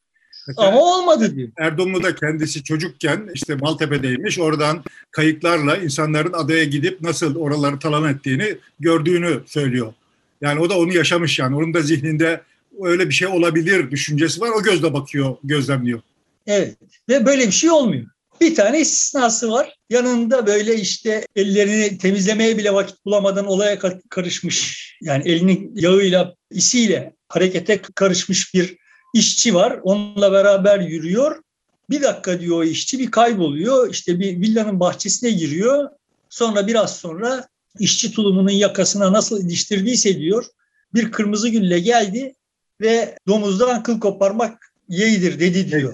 Ama olmadı diyor. Erdoğan'ı da kendisi çocukken işte Maltepe'deymiş. Oradan kayıklarla insanların adaya gidip nasıl oraları talan ettiğini gördüğünü söylüyor. Yani o da onu yaşamış yani. Onun da zihninde öyle bir şey olabilir düşüncesi var. O gözle bakıyor, gözlemliyor. Evet ve böyle bir şey olmuyor. Bir tane istisnası var. Yanında böyle işte ellerini temizlemeye bile vakit bulamadan olaya karışmış. Yani elinin yağıyla, isiyle harekete karışmış bir işçi var. Onunla beraber yürüyor. Bir dakika diyor o işçi bir kayboluyor. İşte bir villanın bahçesine giriyor. Sonra biraz sonra işçi tulumunun yakasına nasıl iliştirdiyse diyor. Bir kırmızı gülle geldi ve domuzdan kıl koparmak yeğdir dedi diyor.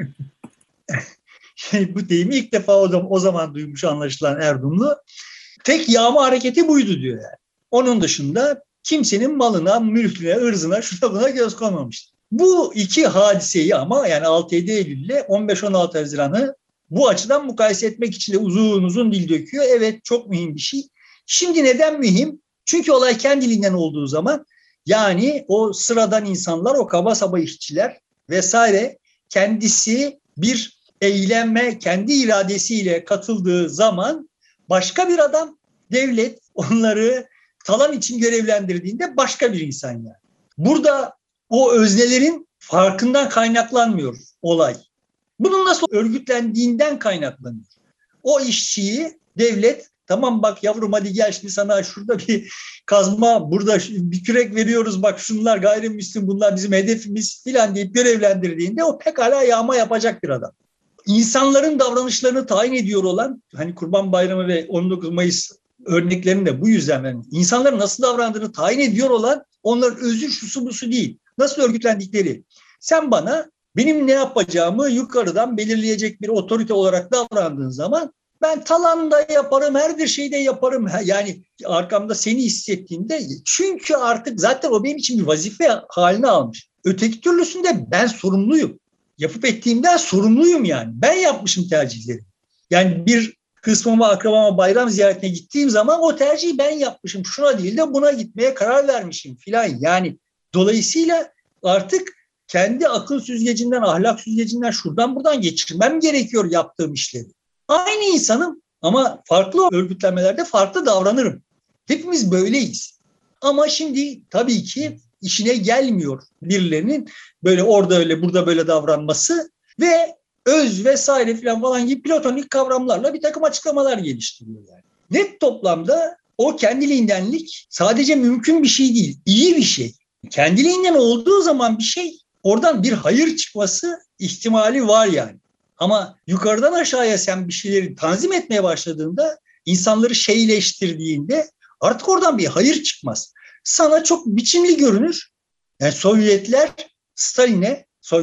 Bu deyimi ilk defa o zaman duymuş anlaşılan Erzurumlu. Tek yağma hareketi buydu diyor yani. Onun dışında kimsenin malına, mülküne, ırzına, şuna buna göz koymamıştı. Bu iki hadiseyi ama yani 6-7 Eylül ile 15-16 Haziran'ı bu açıdan mukayese etmek için de uzun dil döküyor. Evet çok mühim bir şey. Şimdi neden mühim? Çünkü olay kendiliğinden olduğu zaman yani o sıradan insanlar, o kaba saba işçiler vesaire kendisi bir eyleme kendi iradesiyle katıldığı zaman başka bir adam, devlet onları talan için görevlendirdiğinde başka bir insan yani. Burada o öznelerin farkından kaynaklanmıyor olay. Bunun nasıl örgütlendiğinden kaynaklanıyor. O işçiyi devlet tamam bak yavrum hadi gel şimdi sana şurada bir kazma, burada bir kürek veriyoruz bak şunlar gayrimüslim bunlar bizim hedefimiz filan deyip görevlendirdiğinde o pekala yağma yapacak bir adam. İnsanların davranışlarını tayin ediyor olan hani Kurban Bayramı ve 19 Mayıs örneklerinde bu yüzden yani insanların nasıl davrandığını tayin ediyor olan onların özü şusu busu değil. Nasıl örgütlendikleri. Sen bana benim ne yapacağımı yukarıdan belirleyecek bir otorite olarak davrandığın zaman ben talan da yaparım, her bir şeyi de yaparım. Yani arkamda seni hissettiğinde çünkü artık zaten o benim için bir vazife haline almış. Öteki türlüsünde ben sorumluyum. Yapıp ettiğimden sorumluyum yani. Ben yapmışım tercihleri. Yani bir kısmıma, akrabama bayram ziyaretine gittiğim zaman o tercihi ben yapmışım. Şuna değil de buna gitmeye karar vermişim filan. Yani dolayısıyla artık kendi akıl süzgecinden, ahlak süzgecinden şuradan buradan geçirmem gerekiyor yaptığım işleri. Aynı insanım ama farklı örgütlenmelerde farklı davranırım. Hepimiz böyleyiz. Ama şimdi tabii ki işine gelmiyor birilerinin böyle orada öyle burada böyle davranması ve öz vesaire falan gibi platonik kavramlarla bir takım açıklamalar geliştiriyor yani. Net toplamda o kendiliğindenlik sadece mümkün bir şey değil, iyi bir şey. Kendiliğinden olduğu zaman bir şey oradan bir hayır çıkması ihtimali var yani. Ama yukarıdan aşağıya sen bir şeyleri tanzim etmeye başladığında, insanları şeyleştirdiğinde artık oradan bir hayır çıkmaz. Sana çok biçimli görünür. Yani Sovyetler Stalin'e, Sovyet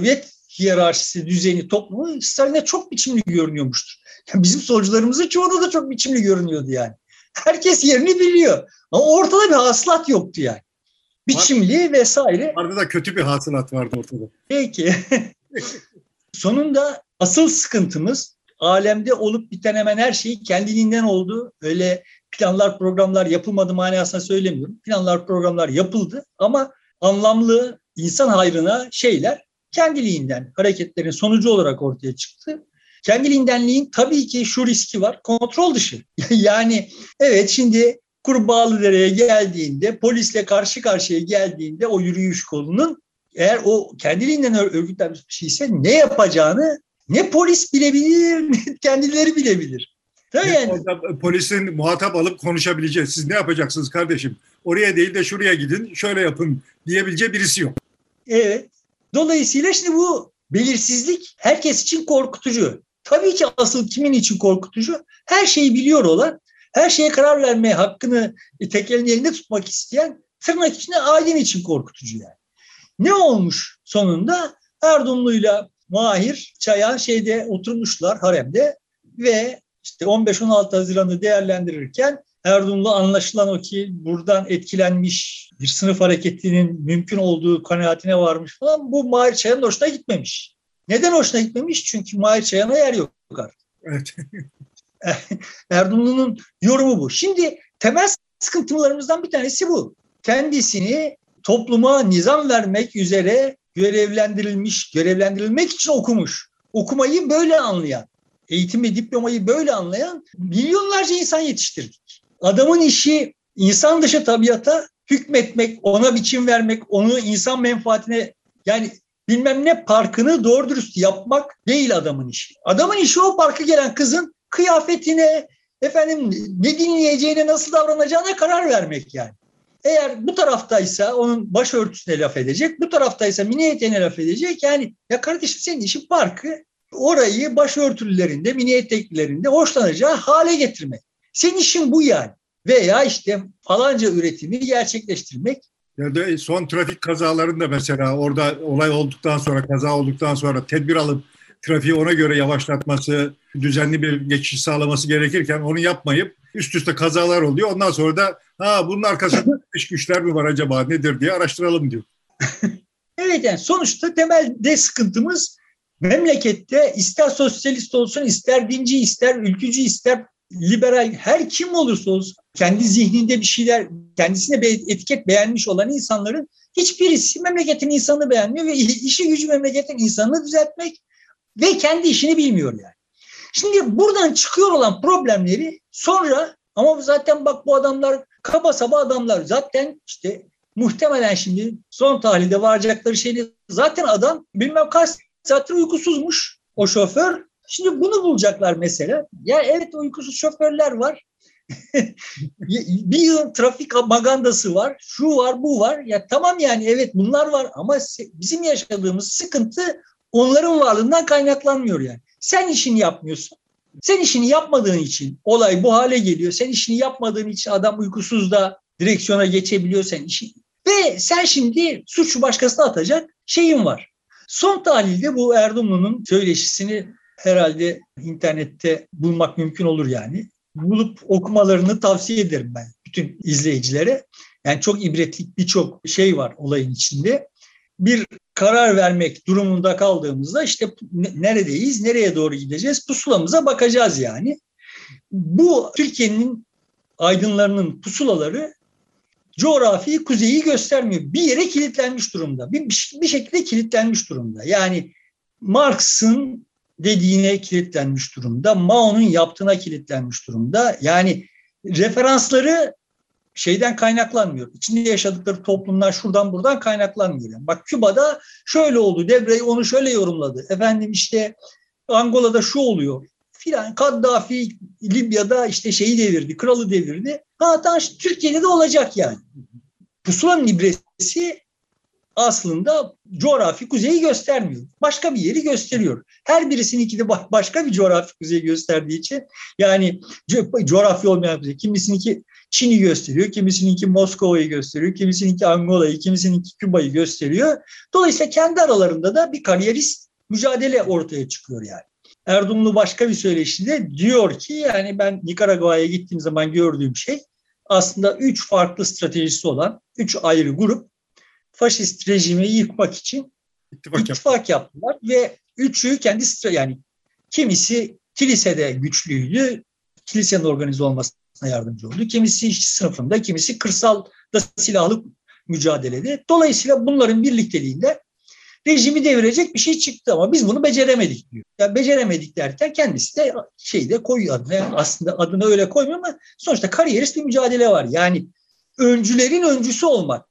hiyerarşisi, düzeni, toplumu Stalin'e çok biçimli görünüyormuştur. Yani bizim solcularımızın çoğunda da çok biçimli görünüyordu yani. Herkes yerini biliyor. Ama ortada bir hasılat yoktu yani. Biçimli vesaire. Arada da kötü bir hasılat vardı ortada. Peki. Sonunda asıl sıkıntımız alemde olup biten hemen her şeyi kendiliğinden oldu. Öyle planlar, programlar yapılmadı manasına söylemiyorum. Planlar, programlar yapıldı ama anlamlı, insan hayrına şeyler kendiliğinden hareketlerin sonucu olarak ortaya çıktı. Kendiliğindenliğin tabii ki şu riski var, kontrol dışı. Yani evet, şimdi Kurbağalıdere'ye geldiğinde, polisle karşı karşıya geldiğinde o yürüyüş kolunun, eğer o kendiliğinden örgütlenmiş bir şeyse ne yapacağını ne polis bilebilir ne kendileri bilebilir. Yani polisin muhatap alıp konuşabileceğiz. Siz ne yapacaksınız kardeşim? Oraya değil de şuraya gidin, şöyle yapın diyebileceği birisi yok. Evet. Dolayısıyla şimdi bu belirsizlik herkes için korkutucu. Tabii ki asıl kimin için korkutucu? Her şeyi biliyor olan, her şeye karar vermeye hakkını tek elin elinde tutmak isteyen, tırnak içinde aydın için korkutucu yani. Ne olmuş sonunda? Erdoğan'la Mahir Çayan oturmuşlar haremde ve işte 15-16 Haziran'ı değerlendirirken Erdoğan'la anlaşılan o ki buradan etkilenmiş, bir sınıf hareketinin mümkün olduğu kanaatine varmış falan. Bu Mahir Çayan'ın hoşuna gitmemiş. Neden hoşuna gitmemiş? Çünkü Mahir Çayan'a yer yok artık. Evet. Erdoğan'ın yorumu bu. Şimdi temel sıkıntılarımızdan bir tanesi bu. Kendisini topluma nizam vermek üzere görevlendirilmek için okumuş. Okumayı böyle anlayan, eğitim ve diplomayı böyle anlayan milyonlarca insan yetiştirdik. Adamın işi insan dışı tabiata hükmetmek, ona biçim vermek, onu insan menfaatine, yani bilmem ne parkını doğru dürüst yapmak değil adamın işi. Adamın işi o parka gelen kızın kıyafetine, ne dinleyeceğine, nasıl davranacağına karar vermek yani. Eğer bu taraftaysa onun başörtüsüne laf edecek, bu taraftaysa mini eteğine laf edecek. Yani ya kardeşim, senin işin parkı, orayı başörtülülerinde, mini eteklilerinde hoşlanacağı hale getirmek. Senin işin bu yani. Veya işte falanca üretimi gerçekleştirmek. Ya da son trafik kazalarında mesela orada olay olduktan sonra, kaza olduktan sonra tedbir alıp trafiği ona göre yavaşlatması, düzenli bir geçiş sağlaması gerekirken onu yapmayıp üst üste kazalar oluyor. Ondan sonra da bunun arkasında dış güçler mi var acaba, nedir diye araştıralım diyor. Evet, yani sonuçta temelde sıkıntımız memlekette ister sosyalist olsun, ister dinci, ister ülkücü, ister liberal, her kim olursa olsun kendi zihninde bir şeyler, kendisine bir etiket beğenmiş olan insanların hiçbirisi memleketin insanını beğenmiyor ve işi gücü memleketin insanını düzeltmek ve kendi işini bilmiyor yani. Şimdi buradan çıkıyor olan problemleri sonra, ama zaten bak bu adamlar kaba saba adamlar, zaten işte muhtemelen şimdi son tahlilde varacakları şeyde zaten adam bilmem kaç saattir uykusuzmuş o şoför. Şimdi bunu bulacaklar mesela. Ya evet, uykusuz şoförler var. Bir yıl trafik magandası var. Şu var, bu var. Ya tamam yani, evet bunlar var ama bizim yaşadığımız sıkıntı onların varlığından kaynaklanmıyor yani. Sen işini yapmıyorsun. Sen işini yapmadığın için olay bu hale geliyor. Sen işini yapmadığın için adam uykusuz da direksiyona geçebiliyor sen işin. Ve sen şimdi suçu başkasına atacak şeyin var. Son tahlilde bu Erdoğan'ın söyleşisini herhalde internette bulmak mümkün olur yani. Bulup okumalarını tavsiye ederim ben bütün izleyicilere. Yani çok ibretlik birçok şey var olayın içinde. Bir karar vermek durumunda kaldığımızda işte neredeyiz, nereye doğru gideceğiz, pusulamıza bakacağız yani. Bu Türkiye'nin aydınlarının pusulaları coğrafi kuzeyi göstermiyor. Bir yere kilitlenmiş durumda. Bir şekilde kilitlenmiş durumda. Yani Marx'ın dediğine kilitlenmiş durumda. Mao'nun yaptığına kilitlenmiş durumda. Yani referansları şeyden kaynaklanmıyor. İçinde yaşadıkları toplumlar şuradan buradan kaynaklanmıyor. Yani bak Küba'da şöyle oldu. Debrey onu şöyle yorumladı. İşte Angola'da şu oluyor filan. Kaddafi Libya'da işte şeyi devirdi, kralı devirdi. Tamam, Türkiye'de de olacak yani. Pusulanın ibresi aslında coğrafi kuzeyi göstermiyor. Başka bir yeri gösteriyor. Her birisininki de başka bir coğrafi kuzeyi gösterdiği için, yani coğrafi olmayan kuzey, kimisininki Çin'i gösteriyor, kimisininki Moskova'yı gösteriyor, kimisininki Angola'yı, kimisininki Küba'yı gösteriyor. Dolayısıyla kendi aralarında da bir kariyerist mücadele ortaya çıkıyor yani. Erdumlu başka bir söyleşide diyor ki yani ben Nikaragua'ya gittiğim zaman gördüğüm şey aslında 3 farklı stratejisi olan 3 ayrı grup faşist rejimi yıkmak için ittifak yaptılar ve üçü kendi yani kimisi kilisede güçlüydü, kilisenin organize olmasına yardımcı oldu. Kimisi işçi sınıfında, kimisi kırsalda silahlı mücadelede. Dolayısıyla bunların birlikteliğinde rejimi devirecek bir şey çıktı ama biz bunu beceremedik diyor. Yani beceremedik derken kendisi de şeyde koyuyor adını. Yani aslında adını öyle koymuyor ama sonuçta kariyerist bir mücadele var. Yani öncülerin öncüsü olmak.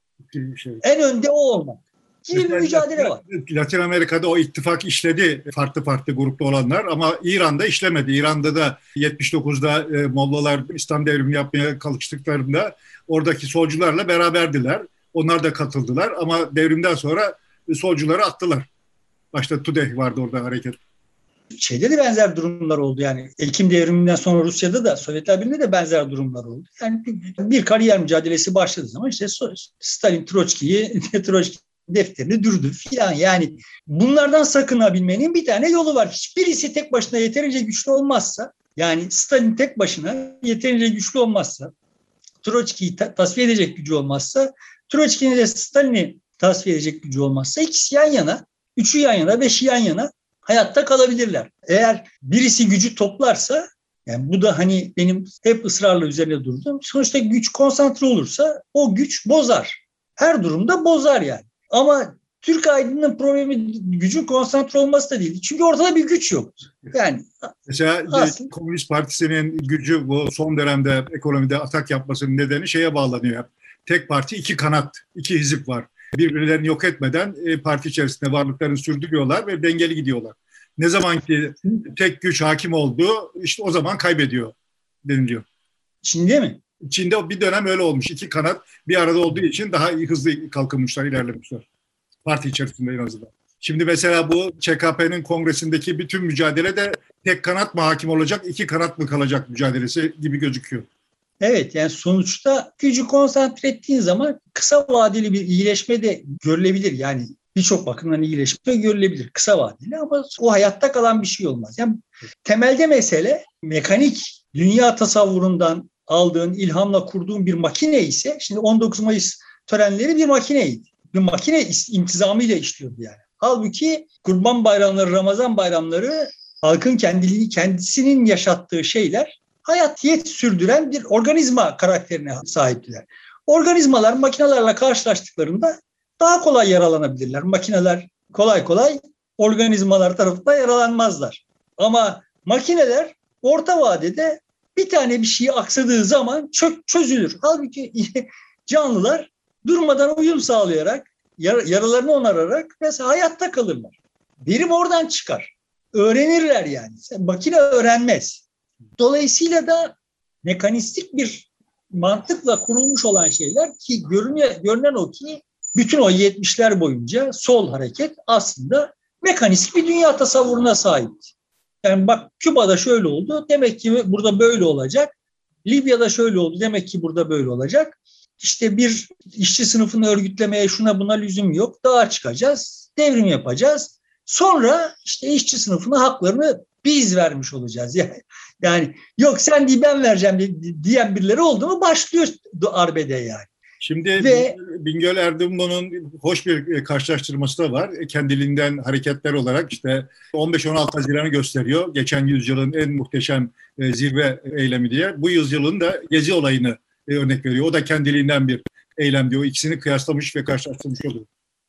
En önde o olmak gibi bir mücadele var. Latin Amerika'da o ittifak işledi farklı farklı grupta olanlar ama İran'da işlemedi. İran'da da 79'da Mollalar İslam devrimi yapmaya kalkıştıklarında oradaki solcularla beraberdiler. Onlar da katıldılar ama devrimden sonra solcuları attılar. Başta TUDEH vardı orada hareket. Şeyde de benzer durumlar oldu yani. Ekim devriminden sonra Rusya'da da Sovyetler Birliği'nde de benzer durumlar oldu. Yani bir kariyer mücadelesi başladığı zaman işte Stalin Troçki'yi defterini dürdü filan. Yani bunlardan sakınabilmenin bir tane yolu var. Hiçbirisi tek başına yeterince güçlü olmazsa, yani Stalin tek başına yeterince güçlü olmazsa, Troçki'yi tasfiye edecek gücü olmazsa, Troçki'nin de Stalin'i tasfiye edecek gücü olmazsa ikisi yan yana, üçü yan yana, beşi yan yana hayatta kalabilirler. Eğer birisi gücü toplarsa, yani bu da hani benim hep ısrarla üzerine durduğum, sonuçta güç konsantre olursa o güç bozar. Her durumda bozar yani. Ama Türk aydınının problemi gücün konsantre olması da değil. Çünkü ortada bir güç yoktu. Yani mesela aslında Komünist Partisi'nin gücü bu son dönemde ekonomide atak yapmasının nedeni şeye bağlanıyor. Tek parti, iki kanat, iki hizip var. Birbirlerini yok etmeden parti içerisinde varlıklarını sürdürüyorlar ve dengeli gidiyorlar. Ne zaman ki tek güç hakim oldu, işte o zaman kaybediyor deniliyor. Çin'de mi? Çin'de bir dönem öyle olmuş. İki kanat bir arada olduğu için daha hızlı kalkınmışlar, ilerlemişler. Parti içerisinde en azından. Şimdi mesela bu ÇKP'nin kongresindeki bütün mücadele de tek kanat mı hakim olacak, iki kanat mı kalacak mücadelesi gibi gözüküyor. Evet, yani sonuçta gücü konsantre ettiğin zaman kısa vadeli bir iyileşme de görülebilir. Yani birçok bakımdan iyileşme görülebilir kısa vadeli ama o hayatta kalan bir şey olmaz. Yani temelde mesele mekanik dünya tasavvurundan aldığın, ilhamla kurduğun bir makine ise, şimdi 19 Mayıs törenleri bir makineydi. Bir makine intizamıyla işliyordu yani. Halbuki Kurban Bayramları, Ramazan Bayramları halkın kendisinin yaşattığı şeyler hayatiyet sürdüren bir organizma karakterine sahiptiler. Organizmalar makinelerle karşılaştıklarında daha kolay yaralanabilirler. Makineler kolay kolay organizmalar tarafından yaralanmazlar. Ama makineler orta vadede bir tane bir şey aksadığı zaman çözülür. Halbuki canlılar durmadan uyum sağlayarak, yaralarını onararak mesela hayatta kalırlar. Verim oradan çıkar. Öğrenirler yani. Makine öğrenmez. Dolayısıyla da mekanistik bir mantıkla kurulmuş olan şeyler ki görünen o ki bütün o 70'ler boyunca sol hareket aslında mekanistik bir dünya tasavvuruna sahipti. Yani bak Küba'da şöyle oldu, demek ki burada böyle olacak. Libya'da şöyle oldu, demek ki burada böyle olacak. İşte bir işçi sınıfını örgütlemeye şuna buna lüzum yok. Dağa çıkacağız, devrim yapacağız. Sonra işte işçi sınıfına haklarını biz vermiş olacağız. Yani yok sen değil ben vereceğim diyen birileri oldu mu başlıyor arbede yani. Şimdi Bingöl Erdumlu'nun hoş bir karşılaştırması da var. Kendiliğinden hareketler olarak işte 15-16 Haziran'ı gösteriyor. Geçen yüzyılın en muhteşem zirve eylemi diye. Bu yüzyılın da Gezi olayını örnek veriyor. O da kendiliğinden bir eylem diyor. İkisini kıyaslamış ve karşılaştırmış oluyor.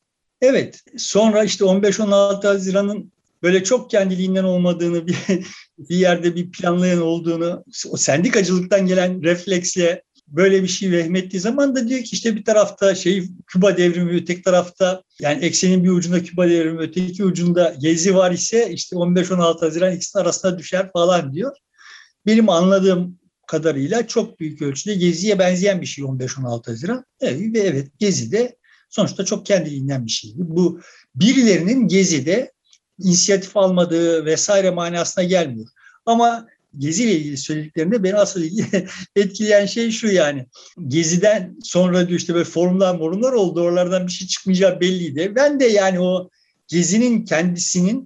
Evet. Sonra işte 15-16 Haziran'ın böyle çok kendiliğinden olmadığını, bir yerde bir planlayan olduğunu, o sendikacılıktan gelen refleksle böyle bir şey vehmettiği zaman da diyor ki işte bir tarafta Küba devrimi, öteki tarafta yani eksenin bir ucunda Küba devrimi, öteki ucunda Gezi var ise işte 15-16 Haziran ikisinin arasına düşer falan diyor. Benim anladığım kadarıyla çok büyük ölçüde Gezi'ye benzeyen bir şey 15-16 Haziran. Evet Gezi de sonuçta çok kendiliğinden bir şeydi. Bu birilerinin Gezi'de inisiyatif almadığı vesaire manasına gelmiyor. Ama Gezi ile ilgili söylediklerinde beni asıl etkileyen şey şu yani. Gezi'den sonra diyor işte böyle forumlar oldu. Oralardan bir şey çıkmayacağı belliydi. Ben de yani o Gezi'nin kendisinin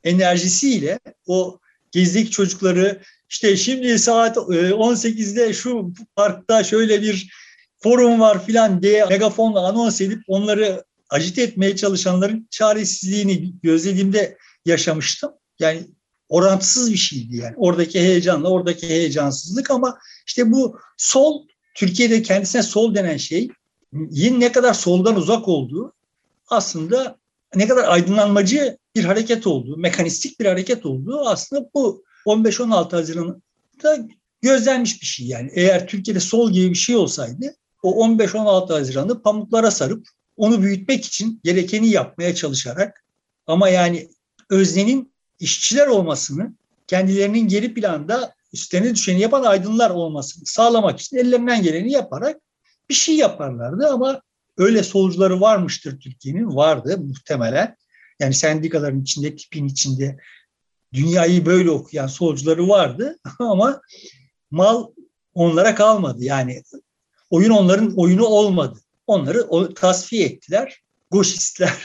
enerjisiyle o gezdeki çocukları işte şimdi saat 18'de şu parkta şöyle bir forum var filan diye megafonla anons edip onları agite etmeye çalışanların çaresizliğini gözlediğimde yaşamıştım. Yani orantısız bir şeydi yani. Oradaki heyecanla oradaki heyecansızlık ama işte bu sol, Türkiye'de kendisine sol denen şey yine ne kadar soldan uzak olduğu, aslında ne kadar aydınlanmacı bir hareket olduğu, mekanistik bir hareket olduğu aslında bu 15-16 Haziran'da gözlenmiş bir şey yani. Eğer Türkiye'de sol gibi bir şey olsaydı o 15-16 Haziran'ı pamuklara sarıp onu büyütmek için gerekeni yapmaya çalışarak ama yani öznenin işçiler olmasını, kendilerinin geri planda üstlerine düşeni yapan aydınlar olmasını sağlamak için ellerinden geleni yaparak bir şey yaparlardı ama öyle solcuları varmıştır Türkiye'nin, vardı muhtemelen. Yani sendikaların içinde, tipin içinde dünyayı böyle okuyan solcuları vardı ama mal onlara kalmadı. Yani oyun onların oyunu olmadı. Onları tasfiye ettiler. Goşistler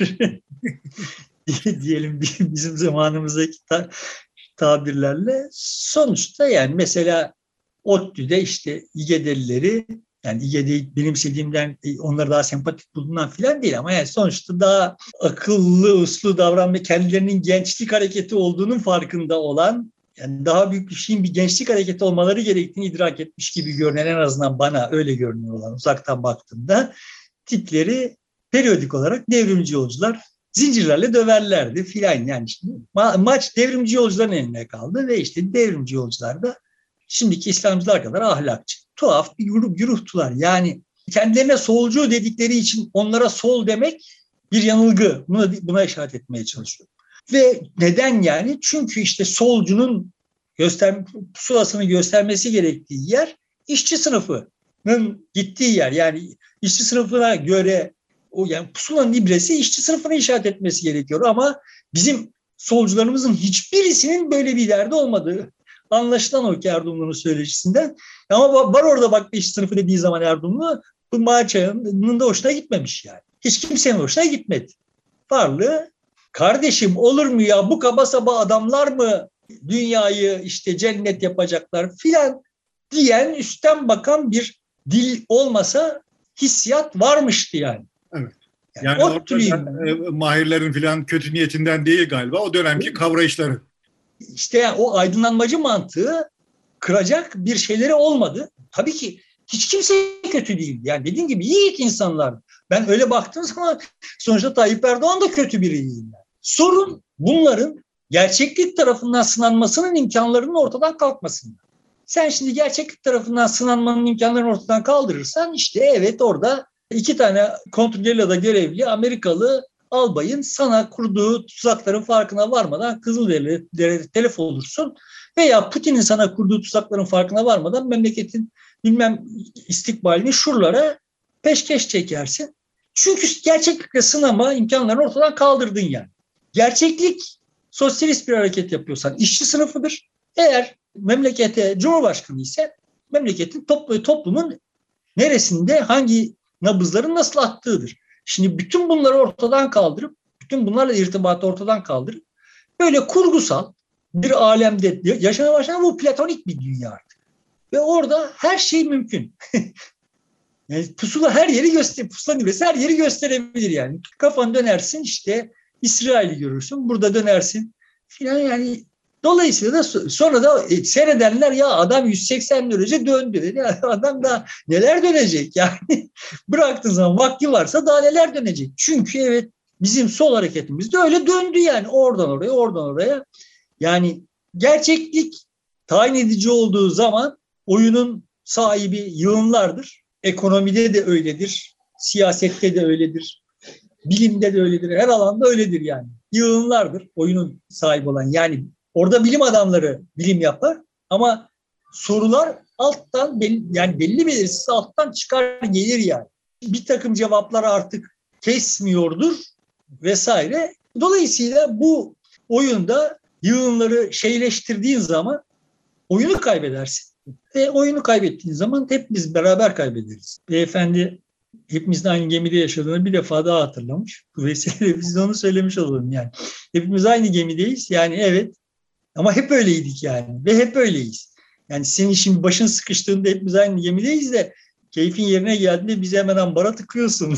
diyelim bizim zamanımızdaki tabirlerle. Sonuçta yani mesela ODTÜ'de işte İGEDE'lileri, yani İGEDE'yi benimsediğimden onlara daha sempatik bulunan filan değil ama yani sonuçta daha akıllı, uslu davranma, kendilerinin gençlik hareketi olduğunun farkında olan, yani daha büyük bir şeyin bir gençlik hareketi olmaları gerektiğini idrak etmiş gibi görünen, en azından bana öyle görünüyor olan uzaktan baktığımda tipleri periyodik olarak devrimci yolcular zincirlerle döverlerdi filan. Yani şimdi maç devrimci yolcuların eline kaldı ve işte devrimci yolcular da şimdiki İslamcılar kadar ahlakçı, tuhaf bir güruhtular. Yani kendilerine solcu dedikleri için onlara sol demek bir yanılgı. Buna işaret etmeye çalışıyorum. Ve neden yani? Çünkü işte solcunun pusulasını göstermesi gerektiği yer işçi sınıfının gittiği yer. Yani işçi sınıfına göre o yani pusulanın ibresi işçi sınıfına işaret etmesi gerekiyor ama bizim solcularımızın hiçbirisinin böyle bir derdi olmadığı anlaşılan o ki Erdoğan'ın söyleşisinden. Ama var orada bak işçi sınıfı dediği zaman Erdoğan'ın bu Maaçay'ın da hoşuna gitmemiş yani. Hiç kimsenin hoşuna gitmedi. Varlığı, kardeşim olur mu ya bu kaba saba adamlar mı dünyayı işte cennet yapacaklar filan diyen, üstten bakan bir dil olmasa hissiyat varmıştı yani. Evet. Yani ortada mahirlerin filan kötü niyetinden değil galiba, o dönemki kavrayışları. İşte yani o aydınlanmacı mantığı kıracak bir şeyleri olmadı. Tabii ki hiç kimse kötü değil. Yani dediğim gibi iyi insanlar. Ben öyle baktığım zaman sonuçta Tayyip Erdoğan da kötü biri değil. Yani. Sorun bunların gerçeklik tarafından sınanmasının imkanlarının ortadan kalkmasında. Sen şimdi gerçeklik tarafından sınanmanın imkanlarını ortadan kaldırırsan işte evet orada 2 tane kontrgerillada görevli Amerikalı albayın sana kurduğu tuzakların farkına varmadan Kızılderili'ye telef olursun veya Putin'in sana kurduğu tuzakların farkına varmadan memleketin bilmem istikbalini şuralara peşkeş çekersin. Çünkü gerçeklikle sınama imkanlarını ortadan kaldırdın yani. Gerçeklik, sosyalist bir hareket yapıyorsan işçi sınıfıdır. Eğer memlekete Cumhurbaşkanı ise memleketin toplumun neresinde hangi nabızların nasıl attığıdır. Şimdi bütün bunları ortadan kaldırıp, bütün bunlarla irtibatı ortadan kaldırıp böyle kurgusal bir alemde yaşamaya başlayan bu platonik bir dünya artık. Ve orada her şey mümkün. Yani pusula her yeri pusulanın her yeri gösterebilir yani. Kafan dönersin işte İsrail'i görürsün, burada dönersin filan yani. Dolayısıyla da sonra da seyredenler ya adam 180 derece döndü dedi. Adam da neler dönecek yani. Bıraktığın zaman vakti varsa daha neler dönecek. Çünkü evet bizim sol hareketimiz de öyle döndü yani. Oradan oraya, oradan oraya. Yani gerçeklik tayin edici olduğu zaman oyunun sahibi yığınlardır. Ekonomide de öyledir. Siyasette de öyledir. Bilimde de öyledir. Her alanda öyledir yani. Yığınlardır oyunun sahibi olan. Yani orada bilim adamları bilim yapar ama sorular alttan yani belli belirsiz alttan çıkar gelir yani. Bir takım cevaplar artık kesmiyordur vesaire. Dolayısıyla bu oyunda yığınları şeyleştirdiğin zaman oyunu kaybedersin. Ve oyunu kaybettiğin zaman hep biz beraber kaybederiz. Beyefendi hepimizin aynı gemide yaşadığını bir defa daha hatırlamış. Bu vesileyle biz de onu söylemiş olalım yani. Hepimiz aynı gemideyiz. Yani evet, ama hep öyleydik yani ve hep öyleyiz. Yani senin şimdi başın sıkıştığında hepimiz aynı gemideyiz de keyfin yerine geldiğinde bizi hemen ambara tıkıyorsun.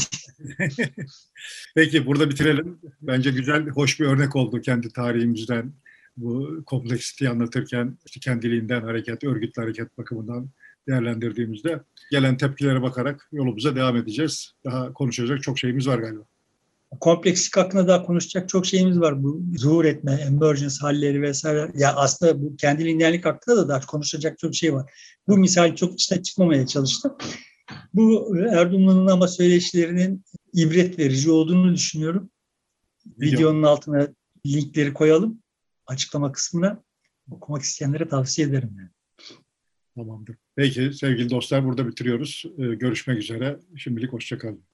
Peki burada bitirelim. Bence güzel, hoş bir örnek oldu kendi tarihimizden. Bu kompleksiteyi anlatırken işte kendiliğinden hareket, örgütlü hareket bakımından değerlendirdiğimizde gelen tepkilere bakarak yolumuza devam edeceğiz. Daha konuşacak çok şeyimiz var galiba. Komplekslik hakkında daha konuşacak çok şeyimiz var. Bu zuhur etme, emergence halleri vesaire. Ya aslında bu kendiliğindenlik hakkında da daha konuşacak çok şey var. Bu misal çok içine çıkmamaya çalıştım. Bu Erdumlu'nun ama söyleşilerinin ibret verici olduğunu düşünüyorum. Videonun altına linkleri koyalım. Açıklama kısmına. Okumak isteyenlere tavsiye ederim. Yani. Tamamdır. Peki sevgili dostlar, burada bitiriyoruz. Görüşmek üzere. Şimdilik hoşça kalın.